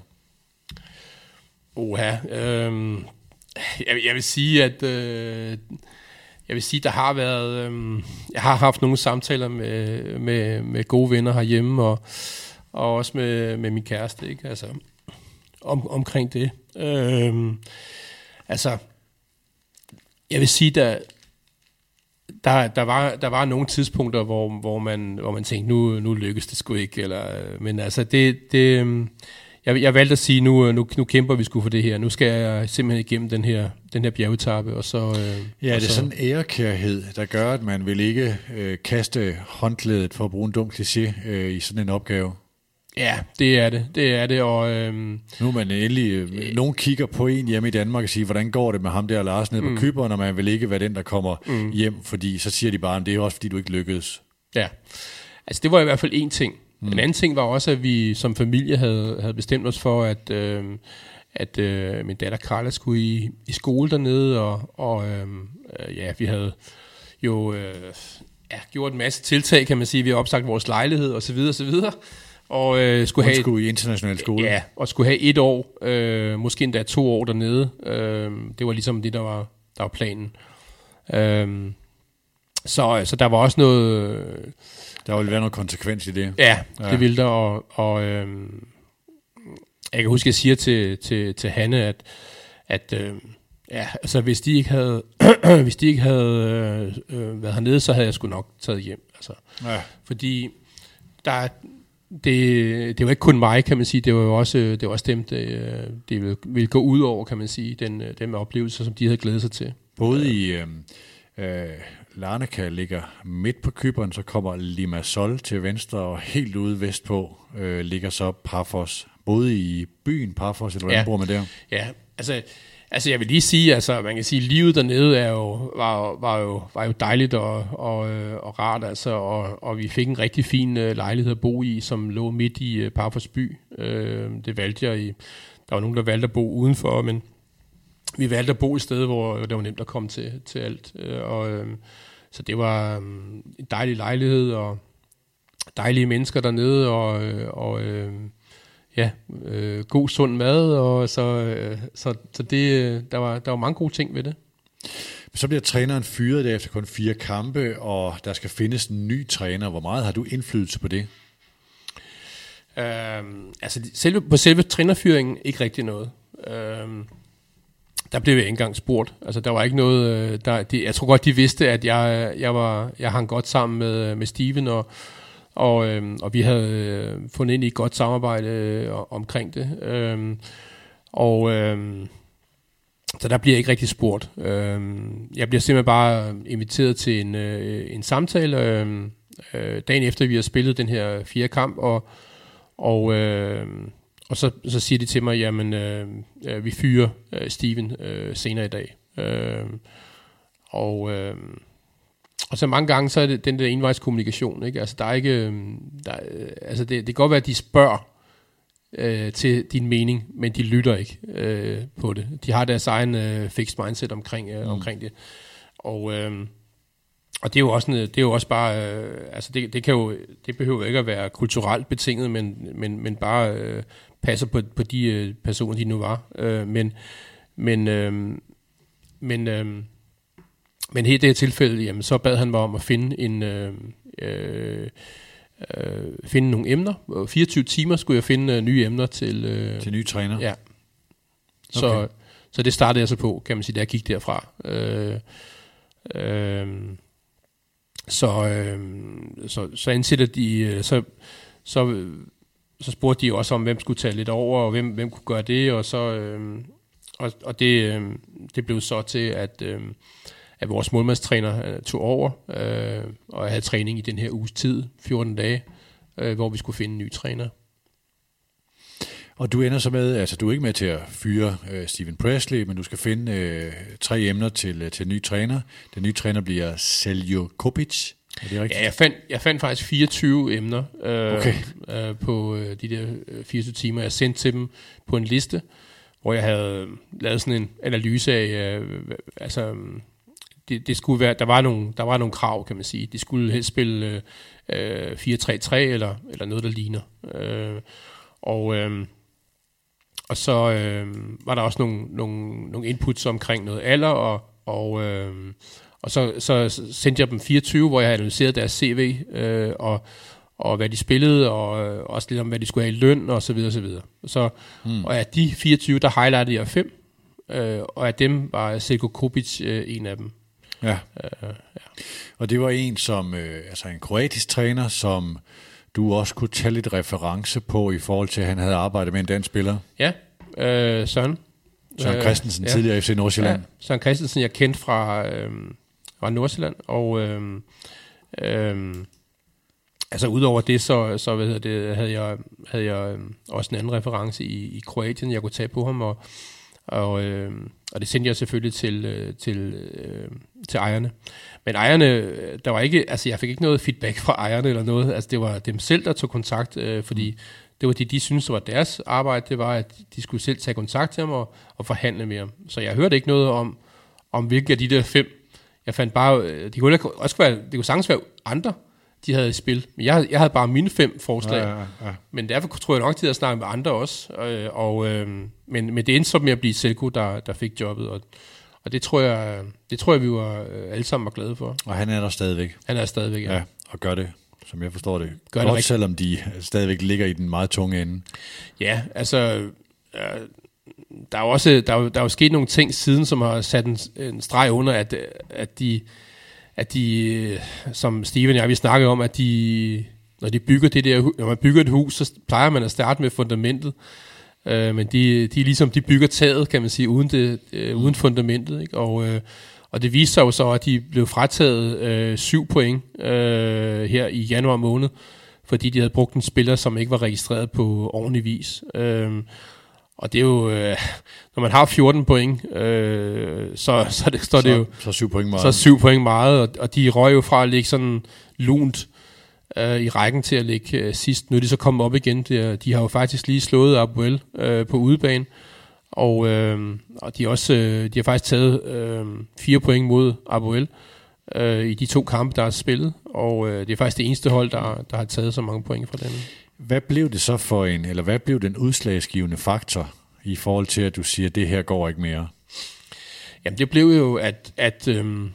S2: Oha, øh, jeg, jeg vil sige, at øh, jeg vil sige, der har været, øh, jeg har haft nogle samtaler med, med, med gode venner herhjemme, og, og også med, med min kæreste, ikke? Altså, om, omkring det. Øh, altså, jeg vil sige, der, der, der, var, der var nogle tidspunkter, hvor, hvor, man, hvor man tænkte, nu, nu lykkes det sgu ikke. Eller, men altså, det, det, jeg, jeg valgte at sige, nu, nu, nu kæmper vi sgu for det her. Nu skal jeg simpelthen igennem den her, den her bjergetappe. Og så, øh,
S1: ja,
S2: og
S1: det er
S2: så,
S1: sådan en ærekærhed, der gør, at man vil ikke øh, kaste håndklædet, for at bruge en dum kliché, øh, i sådan en opgave.
S2: Ja, det er det. Det er det, og... Øhm,
S1: nu er man endelig... Øh, nogen kigger på en hjemme i Danmark og siger, hvordan går det med ham der Lars nede mm. på Cypern, og man vil ikke være den, der kommer mm. hjem, fordi så siger de bare, at det er også, fordi du ikke lykkedes.
S2: Ja, altså det var i hvert fald en ting. Mm. En anden ting var også, at vi som familie havde, havde bestemt os for, at, øh, at øh, min datter Carla skulle i, i skole dernede, og, og øh, ja, vi havde jo øh, ja, gjort en masse tiltag, kan man sige. Vi har opsagt vores lejlighed, og så videre, og så videre. Og øh, skulle have...
S1: skulle i international skole.
S2: Ja, og skulle have et år, øh, måske endda to år dernede. Øh, det var ligesom det, der var, der var planen. Øh, så, så der var også noget...
S1: Der ville være noget konsekvens i det.
S2: Ja, det ja. ville der, og, og øh, jeg kan huske, at jeg siger til, til, til Hanne, at, at øh, ja, altså, hvis de ikke havde, hvis de ikke havde øh, været hernede, så havde jeg sgu nok taget hjem. Altså. Ja. Fordi der, det, det var ikke kun mig, kan man sige, det var jo også, det var også dem, det, det ville, ville gå ud over, kan man sige, den, den oplevelse, som de havde glædet sig til.
S1: Både i... Øh, øh, Larnaca ligger midt på Cypern, så kommer Limassol til venstre, og helt ude vestpå øh, ligger så Paphos. Både i byen Paphos, eller hvordan ja. Bruger man der?
S2: Ja, altså, altså jeg vil lige sige, altså man kan sige, livet dernede er jo, var, var, jo, var jo dejligt og, og, og rart, altså, og, og vi fik en rigtig fin uh, lejlighed at bo i, som lå midt i uh, Paphos by. Uh, det valgte jeg i. Der var nogen, der valgte at bo udenfor, men vi valgte at bo et sted, hvor det var nemt at komme til, til alt. Uh, og uh, Så det var um, en dejlig lejlighed, og dejlige mennesker dernede, og, og øh, ja, øh, god sund mad, og så, øh, så, så det, der, var, der var mange gode ting ved det.
S1: Så bliver træneren fyret der efter kun fire kampe, og der skal findes en ny træner. Hvor meget har du indflydelse på det?
S2: Øhm, altså selve, på selve trænerfyringen ikke rigtig noget. Øhm, Der blev jeg ikke engang spurgt. Altså, der var ikke noget... Der, de, jeg tror godt, de vidste, at jeg, jeg, var, jeg hang godt sammen med, med Steven, og, og, øhm, og vi havde fundet ind i et godt samarbejde øh, omkring det. Øhm, og øhm, så der bliver jeg ikke rigtig spurgt. Øhm, jeg bliver simpelthen bare inviteret til en, øh, en samtale øh, øh, dagen efter, vi har spillet den her fjerde kamp, og... og øh, Og så, så siger de til mig, jamen, øh, øh, vi fyrer øh, Steven øh, senere i dag. Øh, og, øh, og så mange gange, så er det den der envejskommunikation, ikke? Altså, der er ikke... Der, altså, det, det kan godt være, at de spørger øh, til din mening, men de lytter ikke øh, på det. De har deres egen øh, fixed mindset omkring, øh, mm. omkring det. Og... Øh, Og det er jo også, det er jo også bare, øh, altså det, det kan jo, det behøver ikke at være kulturelt betinget, men, men, men bare øh, passer på, på de øh, personer, de nu var. Øh, men, men, øh, men, øh, men i det her tilfælde, jamen, så bad han mig om at finde en, øh, øh, øh, finde nogle emner. fireogtyve timer skulle jeg finde øh, nye emner til. Øh,
S1: til nye træner.
S2: Ja. Så, okay. så det startede jeg så på, kan man sige, da jeg gik derfra. Øh, øh, Så, øh, så, så ansætter de, så, så, så spurgte de også om, hvem skulle tage lidt over, og hvem, hvem kunne gøre det, og så øh, og, og det, øh, det blev så til, at, øh, at vores målmandstræner tog over, øh, og havde træning i den her uges tid, fjorten dage, øh, hvor vi skulle finde en ny træner.
S1: Og du ender så med, altså du er ikke med til at fyre øh, Steven Presley, men du skal finde øh, tre emner til, øh, til en ny træner. Den nye træner bliver Seljo Kopic. Er det rigtigt?
S2: Ja, jeg fandt, jeg fandt faktisk fireogtyve emner øh, okay. øh, på øh, de der fireogtyve timer. Jeg sendte til dem på en liste, hvor jeg havde lavet sådan en analyse af, øh, altså det, det skulle være, der var nogle, der var nogle krav, kan man sige. De skulle helst spille øh, fire tre tre eller, eller noget, der ligner. Øh, og øh, Og så øh, var der også nogle, nogle, nogle inputs omkring noget alder, og, og, øh, og så, så sendte jeg dem fireogtyve, hvor jeg havde analyseret deres C V, øh, og, og hvad de spillede, og øh, også lidt om, hvad de skulle have i løn, og så videre, og så videre. Så, mm. Og af de fireogtyve, der highlightede jeg fem, øh, og af dem var Seljo Kopic øh, en af dem.
S1: Ja. Øh, ja. Og det var en som, øh, altså en kroatisk træner, som du også kunne tage lidt reference på i forhold til, at han havde arbejdet med en dansk spiller?
S2: Ja, øh, Søren.
S1: Søren Christensen, øh, ja. tidligere F C Nordsjælland. Ja,
S2: Søren Christensen, jeg kendte fra, øh, fra Nordsjælland, og øh, øh, altså udover det, så, så hvad det, havde jeg, havde jeg også en anden reference i, i Kroatien, jeg kunne tage på ham, og, og, øh, og det sendte jeg selvfølgelig til, til, øh, til ejerne. Men ejerne, der var ikke, altså jeg fik ikke noget feedback fra ejerne eller noget, altså det var dem selv, der tog kontakt, øh, fordi det var det, de syntes, var deres arbejde, det var, at de skulle selv tage kontakt til ham og, og forhandle med ham. Så jeg hørte ikke noget om, om hvilke af de der fem. Jeg fandt bare, de kunne også være, det kunne sagtens være andre, de havde i spil. Men jeg, jeg havde bare mine fem forslag. Ja, ja, ja. Men derfor tror jeg nok til at snakke med andre også. Øh, og, øh, men, men det endte så med at blive Selko, der, der fik jobbet. Og, og det tror jeg, det tror jeg, vi var alle sammen var glade for.
S1: Og han er der stadigvæk.
S2: Han er stadigvæk, ja.
S1: Ja, og gør det, som jeg forstår det.
S2: Gør
S1: Godt,
S2: det
S1: selvom de stadigvæk ligger i den meget tunge ende.
S2: Ja, altså, øh, der er jo også der er, der er jo sket nogle ting siden, som har sat en, en streg under, at, at de, at de, som Steven og jeg, vi snakkede om, at de, når de bygger det der, når man bygger et hus, så plejer man at starte med fundamentet. Øh, men de, de ligesom, de bygger taget, kan man sige, uden, det, øh, uden fundamentet, ikke? Og, øh, og det viste sig jo så, at de blev frataget øh, syv point øh, her i januar måned, fordi de havde brugt en spiller, som ikke var registreret på ordentlig vis. Øh, og det er jo, øh, når man har fjorten point, øh, så, så det, står
S1: så,
S2: det jo...
S1: Så syv point meget.
S2: Så syv point meget, og, og de røg jo fra at ligge sådan lunt øh, i rækken til at ligge øh, sidst. Nu er de så kommet op igen. De, de har jo faktisk lige slået Apoel øh, på udebane, og, øh, og de, også, øh, de har faktisk taget øh, fire point mod Apoel øh, i de to kampe, der er spillet, og øh, det er faktisk det eneste hold, der, der har taget så mange point fra dem.
S1: Hvad blev det så for en, eller hvad blev den udslagsgivende faktor i forhold til, at du siger, at det her går ikke mere?
S2: Jamen det blev jo, at, at, øhm,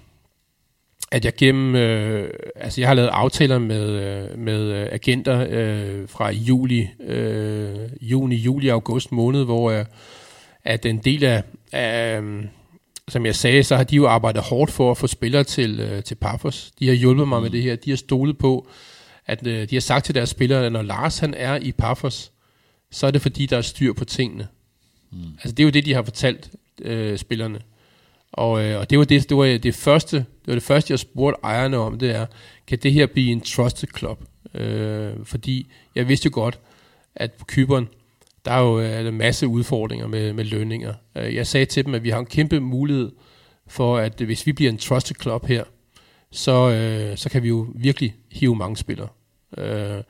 S2: at jeg gennem, øh, altså jeg har lavet aftaler med, øh, med agenter øh, fra juli, øh, juni, juli, august måned, hvor øh, at en del af, af, som jeg sagde, så har de jo arbejdet hårdt for at få spillere til, øh, til Pafos. De har hjulpet mig mm. med det her. De har stolet på, at øh, de har sagt til deres spillere, at når Lars han er i Pafos, så er det fordi, der er styr på tingene. Mm. Altså det er jo det, de har fortalt øh, spillerne. Og, øh, og det var det, det var det første, det var det første, jeg spurgte ejerne om, det er, kan det her blive en trusted club? Øh, fordi jeg vidste jo godt, at på Cypern, der er jo øh, en masse udfordringer med, med lønninger. Øh, jeg sagde til dem, at vi har en kæmpe mulighed for, at hvis vi bliver en trusted club her, så, øh, så kan vi jo virkelig hive mange spillere. Øh,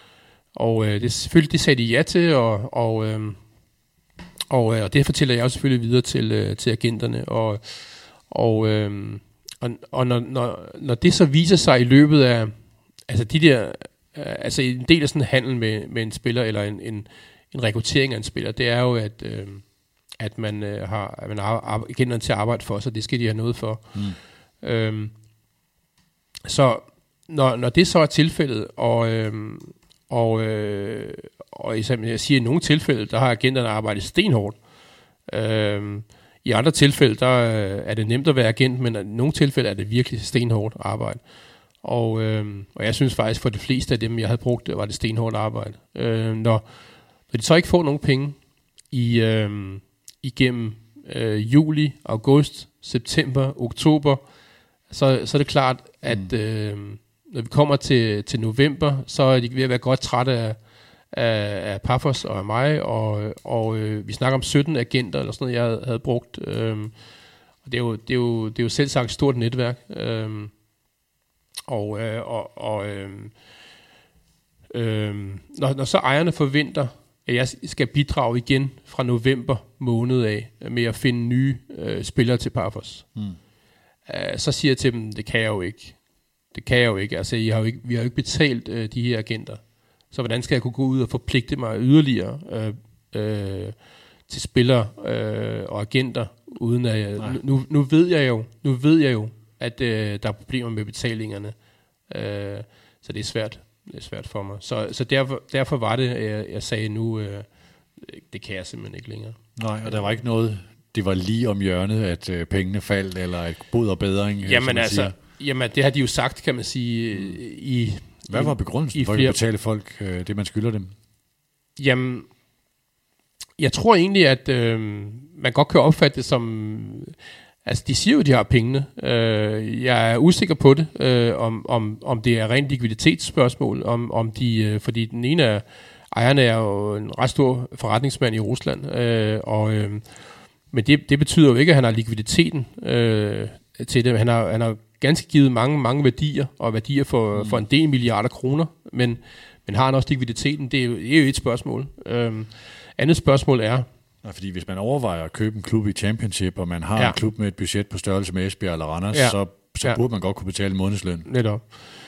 S2: og øh, det, selvfølgelig, det sagde de ja til, og, og, øh, og, og det fortæller jeg også selvfølgelig videre til, øh, til agenterne. Og, og, øh, og, og når, når, når det så viser sig i løbet af, altså de der, øh, altså en del af sådan en handel med, med en spiller, eller en, en, en rekruttering af en spiller, det er jo, at, øh, at man øh, har at man har agenterne til at arbejde for sig, det skal de have noget for. Mm. Øh, så når, når det så er tilfældet, og, øh, og, øh, og jeg siger, i nogle tilfælde, der har agenterne arbejdet stenhårdt. Øh, I andre tilfælde, der er det nemt at være agent, men i nogle tilfælde er det virkelig stenhårdt arbejde. Og, øh, og jeg synes faktisk, for de fleste af dem, jeg havde brugt, var det stenhårdt arbejde. Øh, når, når de så ikke får nogen penge i, øh, igennem øh, juli, august, september, oktober, så, så er det klart, at mm. øh, når vi kommer til, til november, så er de ved at være godt trætte af, af, af Pafos og af mig, og, og øh, vi snakker om sytten agenter, eller sådan noget, jeg havde, havde brugt. Øh, og det er, jo, det, er jo, det er jo selv sagt et stort netværk. Øh, og øh, og, og øh, øh, når, når så ejerne forventer, at jeg skal bidrage igen fra november måned af, med at finde nye øh, spillere til Pafos, mm. øh, så siger jeg til dem, det kan jeg jo ikke. Det kan jeg jo ikke. Altså, jeg har jo ikke, vi har jo ikke betalt øh, de her agenter. Så hvordan skal jeg kunne gå ud og forpligte mig yderligere øh, øh, til spillere øh, og agenter, uden at jeg, nu, nu ved jeg jo, nu ved jeg jo, at øh, der er problemer med betalingerne. Øh, så det er svært. Det er svært for mig. Så, så derfor, derfor var det, jeg, jeg sagde nu, øh, det kan jeg simpelthen ikke længere.
S1: Nej, og der var ikke noget, det var lige om hjørnet, at øh, pengene faldt, eller et bod og bedring?
S2: Jamen altså, jamen det har de jo sagt, kan man sige, i,
S1: Hvad var begrundelsen for at betale folk øh, det, man skylder dem?
S2: Jamen, jeg tror egentlig, at øh, man godt kan opfatte det som... Altså, de siger jo, at de har pengene. Øh, jeg er usikker på det, øh, om, om, om det er rent likviditetsspørgsmål, om, om de, øh, fordi den ene af ejerne er jo en ret stor forretningsmand i Rusland, øh, og, øh, men det, det betyder jo ikke, at han har likviditeten øh, til det. Han har, han har ganske givet mange, mange værdier, og værdier for, mm. for en del milliarder kroner, men, men har han også likviditeten? Det er jo, det er jo et spørgsmål. Øh, andet spørgsmål er,
S1: Nej, fordi hvis man overvejer at købe en klub i Championship, og man har ja. en klub med et budget på størrelse med Esbjerg eller Randers, ja. så, så ja. burde man godt kunne betale en månedsløn.
S2: Netop.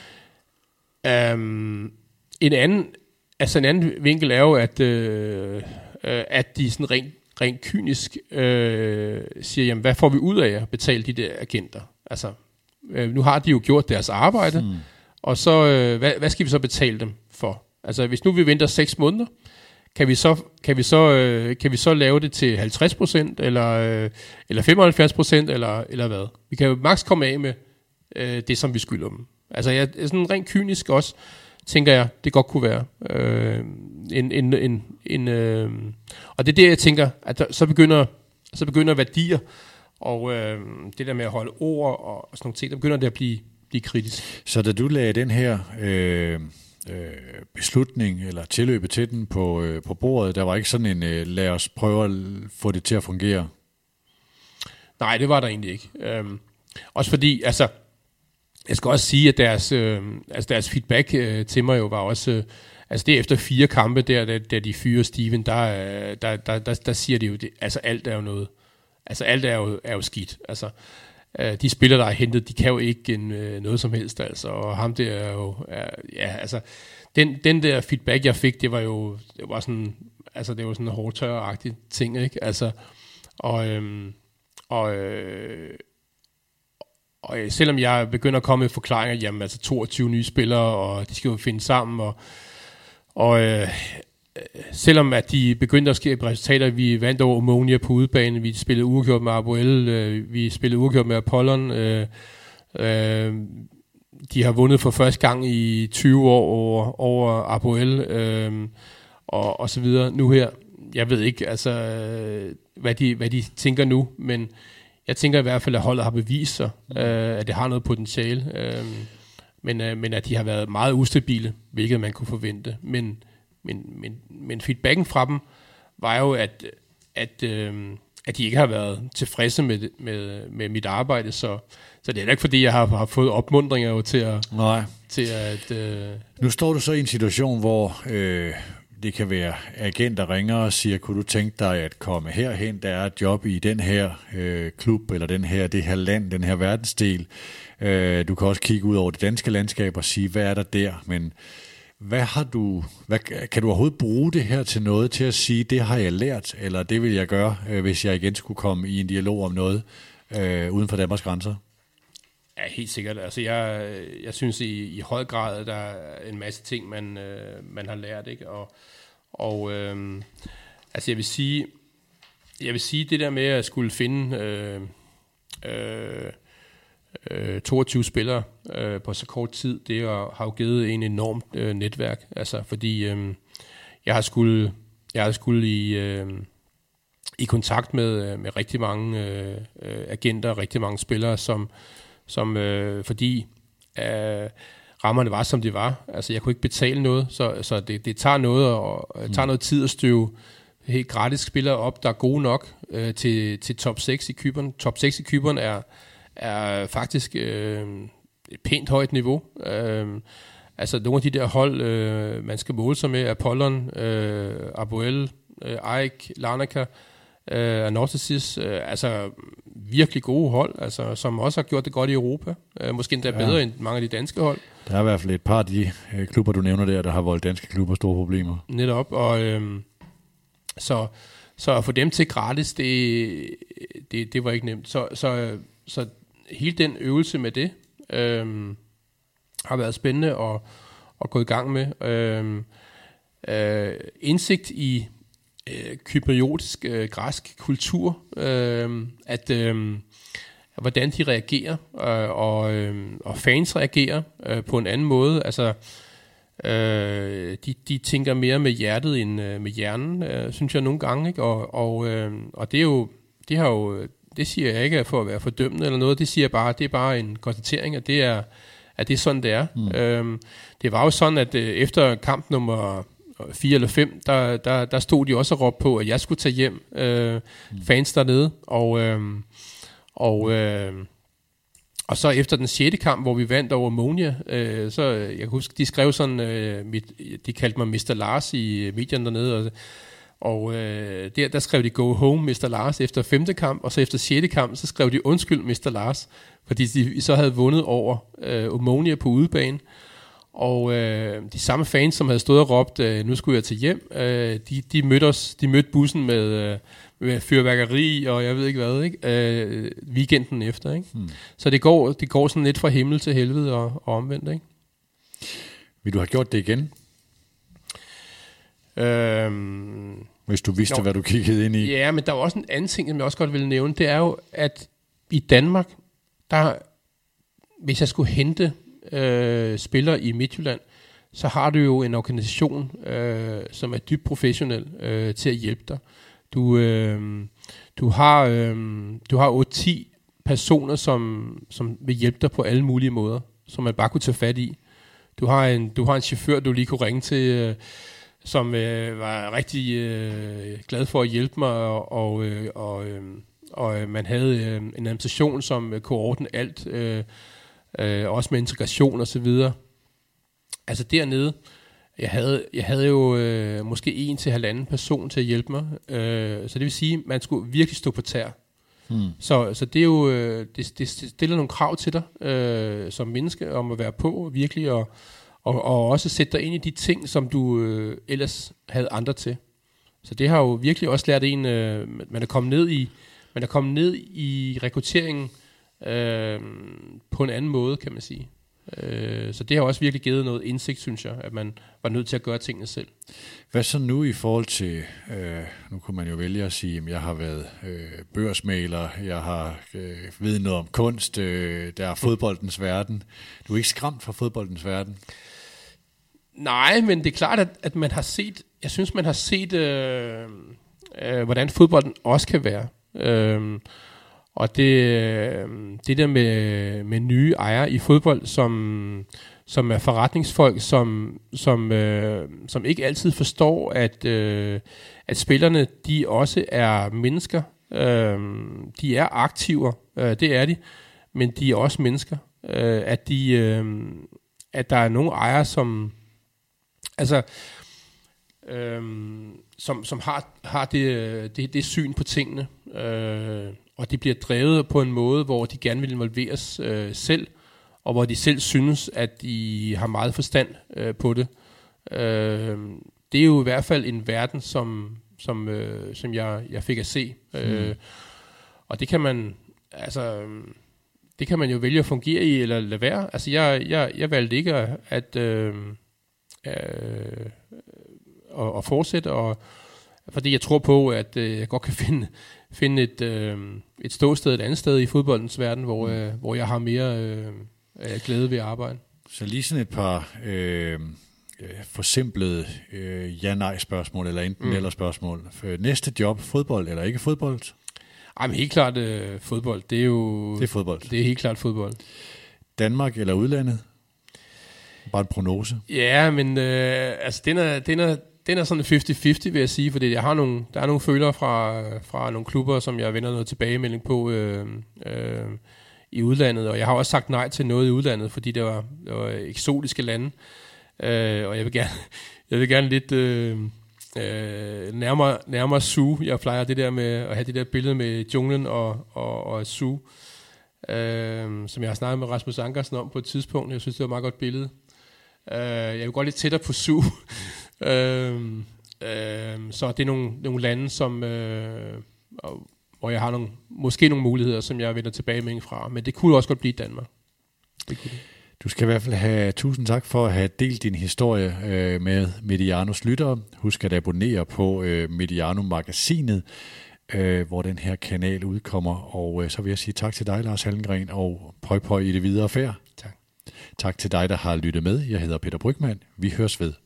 S2: Um, en anden, altså en anden vinkel er jo, at, øh, at de sådan rent, rent kynisk øh, siger, jamen hvad får vi ud af at betale de der agenter? Altså, øh, nu har de jo gjort deres arbejde, hmm. og så, øh, hvad, hvad skal vi så betale dem for? Altså, hvis nu vi venter seks måneder, Kan vi så kan vi så øh, kan vi så lave det til halvtreds procent eller øh, eller femoghalvfjerds procent eller eller hvad? Vi kan jo maks komme af med øh, det som vi skylder dem. Altså jeg er sådan rent kynisk også, tænker jeg, det godt kunne være øh, en en en, en øh, og det er det jeg tænker, at der, så begynder så begynder værdier og øh, det der med at holde ord og sådan nogle ting, der begynder det at blive blive kritisk.
S1: Så da du lagde den her øh beslutning eller tilløbet til den på, øh, på bordet, der var ikke sådan en, øh, lad os prøve at få det til at fungere?
S2: Nej, det var der egentlig ikke. Øhm, også fordi, altså, jeg skal også sige, at deres, øh, altså deres feedback øh, til mig jo var også, øh, altså det efter fire kampe, der, der, der de fyrer Steven, der, der, der, der, der siger de jo, det, altså alt er jo noget, altså alt er jo, er jo skidt, altså. De spillere, der er hentet, de kan jo ikke en, noget som helst, altså, og ham der er jo, er, ja, altså, den, den der feedback, jeg fik, det var jo, det var sådan, altså, det var sådan en hårdtørre-agtig ting, ikke, altså, og, øhm, og, øh, og selvom jeg begynder at komme med forklaringer, jamen, altså, toogtyve nye spillere, og de skal jo finde sammen, og, og øh, selvom at de begyndte at skabe resultater, vi vandt over Omonia på udebane, vi spillede uafgjort med Apoel, øh, vi spillede uafgjort med Apollon, øh, øh, de har vundet for første gang i tyve år over, over Apoel, øh, og, og så videre. Nu her, jeg ved ikke, altså, øh, hvad, de, hvad de tænker nu, men jeg tænker i hvert fald, at holdet har bevist sig, øh, at det har noget potentiale, øh, men, øh, men at de har været meget ustabile, hvilket man kunne forvente, men Men, men, men feedbacken fra dem var jo, at, at, øh, at de ikke har været tilfredse med, med, med mit arbejde, så, så det er ikke fordi, jeg har, har fået opmuntringer jo til at...
S1: Nej.
S2: Til at øh...
S1: Nu står du så i en situation, hvor øh, det kan være agent, der ringer og siger, kunne du tænke dig at komme herhen, der er et job i den her øh, klub, eller den her, det her land, den her verdensdel. Øh, du kan også kigge ud over det danske landskab og sige, hvad er der der, men... Hvad har du, hvad, kan du overhovedet bruge det her til noget, til at sige, det har jeg lært, eller det vil jeg gøre, øh, hvis jeg igen skulle komme i en dialog om noget øh, uden for Danmarks grænser?
S2: Ja, helt sikkert. Altså jeg, jeg synes i, i høj grad, at der er en masse ting, man, øh, man har lært, ikke? Og, og øh, altså jeg vil sige, jeg vil sige det der med at skulle finde øh, øh, toogtyve spillere øh, på så kort tid, det har jo givet en enormt øh, netværk, altså fordi øh, jeg har skulle jeg har skulle i øh, i kontakt med med rigtig mange øh, agenter, rigtig mange spillere, som som øh, fordi øh, rammerne var som de var, altså jeg kunne ikke betale noget, så så det det tager noget og mm. tager noget tid at støve helt gratis spillere op, der er gode nok øh, til til top seks i Cypern. Top seks i Cypern er er faktisk øh, et pænt højt niveau. Øh, altså nogle af de der hold, øh, man skal måle sig med, Apollon, øh, Apoel, øh, Aik, Larnaca, øh, Anorthosis, øh, altså virkelig gode hold, altså, som også har gjort det godt i Europa. Øh, måske endda ja. bedre end mange af de danske hold.
S1: Der er i hvert fald et par af de øh, klubber, du nævner der, der har voldt danske klubber store problemer.
S2: Netop, og øh, så, så at få dem til gratis, det, det, det var ikke nemt. Så, så, så hele den øvelse med det øhm, har været spændende at, at gå i gang med. Øhm, øh, indsigt i øh, kypriotisk øh, græsk kultur, øh, at øh, hvordan de reagerer, øh, og, øh, og fans reagerer øh, på en anden måde. Altså, Øh, de, de tænker mere med hjertet end øh, med hjernen, øh, synes jeg nogle gange, ikke? Og, og, øh, og det er jo, det har jo, det siger jeg ikke for at være fordømmende eller noget, det siger jeg bare, det er bare en konstatering, at det er, at det er sådan, det er. Mm. Øh, det var jo sådan, at øh, efter kamp nummer fire eller fem, der, der, der stod de også og råbte på, at jeg skulle tage hjem, øh, mm. fans dernede, og, øh, og øh, Og så efter den sjette kamp, hvor vi vandt over Monia, øh, så jeg kan huske, de skrev sådan, øh, mit, de kaldte mig mister Lars i medierne dernede, og, og øh, der, der skrev de Go Home mister Lars efter femte kamp, og så efter sjette kamp, så skrev de Undskyld mister Lars, fordi de så havde vundet over øh, Monia på udebane. Og øh, de samme fans, som havde stået og råbt, øh, nu skulle jeg til hjem, øh, de, de, mødte os, de mødte bussen med, øh, med fyrværkeri, og jeg ved ikke hvad, ikke? Øh, weekenden efter. Ikke? Hmm. Så det går, det går sådan lidt fra himmel til helvede og, og omvendt. Ikke?
S1: Vil du have gjort det igen? Øhm, Hvis du vidste, jo, hvad du kiggede ind i.
S2: Ja, men der er også en anden ting, som jeg også godt vil nævne. Det er jo, at i Danmark, der, hvis jeg skulle hente Øh, spiller i Midtjylland, så har du jo en organisation, øh, som er dybt professionel øh, til at hjælpe dig. Du, øh, du har, øh, du har otte ti personer, som, som vil hjælpe dig på alle mulige måder, som man bare kunne tage fat i. Du har en, du har en chauffør, du lige kunne ringe til, øh, som øh, var rigtig øh, glad for at hjælpe mig, og, og, øh, og, øh, og man havde øh, en administration, som øh, kunne ordne alt, øh, Øh, også med integration og så videre. Altså dernede, jeg havde, jeg havde jo øh, måske en til halvanden person til at hjælpe mig. Øh, så det vil sige, man skulle virkelig stå på tær. Hmm. Så, så det er jo, øh, det, det stiller nogle krav til dig øh, som menneske om at være på virkelig, og, og, og også sætte dig ind i de ting, som du øh, ellers havde andre til. Så det har jo virkelig også lært en, øh, man er kommet ned i, man er kommet ned i rekrutteringen, Øh, på en anden måde, kan man sige. Øh, så det har også virkelig givet noget indsigt, synes jeg, at man var nødt til at gøre tingene selv.
S1: Hvad så nu i forhold til, øh, nu kunne man jo vælge at sige, at jeg har været øh, børsmaler, jeg har øh, ved noget om kunst, øh, der er fodboldens verden. Du er ikke skræmt fra fodboldens verden?
S2: Nej, men det er klart, at, at man har set, jeg synes, man har set, øh, øh, hvordan fodbolden også kan være. Øh, Og det, det der med, med nye ejere i fodbold, som, som er forretningsfolk, som, som, øh, som ikke altid forstår, at, øh, at spillerne de også er mennesker. Øh, de er aktiver, øh, det er de, men de er også mennesker. Øh, at, de, øh, at der er nogle ejere, som, altså, øh, som, som har, har det, det, det syn på tingene, øh, og de bliver drevet på en måde, hvor de gerne vil involveres øh, selv, og hvor de selv synes, at de har meget forstand øh, på det. Øh, det er jo i hvert fald en verden, som, som, øh, som jeg, jeg fik at se. Mm. Øh, og det kan man, altså, det kan man jo vælge at fungere i, eller lade være. Altså, jeg, jeg, jeg valgte ikke at, at, øh, øh, at, at fortsætte, og, fordi jeg tror på, at øh, jeg godt kan finde finde et, øh, et ståsted et andet sted i fodboldens verden, hvor, øh, hvor jeg har mere øh, glæde ved at arbejde.
S1: Så lige sådan et par øh, forsimplede øh, ja-nej-spørgsmål, eller enten mm. eller spørgsmål. Næste job, fodbold eller ikke fodbold?
S2: Ej, men helt klart øh, fodbold. Det er jo...
S1: Det er fodbold.
S2: Det er helt klart fodbold.
S1: Danmark eller udlandet? Bare en prognose.
S2: Ja, men øh, altså, den er... Den er Den er sådan halvtreds halvtreds, vil jeg sige, fordi jeg har nogle, der er nogle følere fra, fra nogle klubber, som jeg vender noget tilbagemelding på øh, øh, i udlandet, og jeg har også sagt nej til noget i udlandet, fordi det var, det var eksotiske lande, øh, og jeg vil gerne, jeg vil gerne lidt øh, øh, nærmere, nærmere Zoo. Jeg plejer det der med at have det der billede med junglen og, og, og Zoo, øh, som jeg har snakket med Rasmus Ankersen om på et tidspunkt. Jeg synes, det var et meget godt billede. Øh, jeg vil gå lidt tættere på Zoo. Øhm, øhm, så det er nogle, nogle lande, som, øh, hvor jeg har nogle, måske nogle muligheder, som jeg vender tilbage med fra. Men det kunne også godt blive Danmark. Det kunne det.
S1: Du skal i hvert fald have tusind tak for at have delt din historie øh, med Medianos lyttere. Husk at abonnere på øh, Mediano-magasinet, øh, hvor den her kanal udkommer. Og øh, så vil jeg sige tak til dig, Lars Hallengren, og pøj pøj i det videre færd.
S2: Tak.
S1: Tak til dig, der har lyttet med. Jeg hedder Peter Brygmann. Vi høres ved.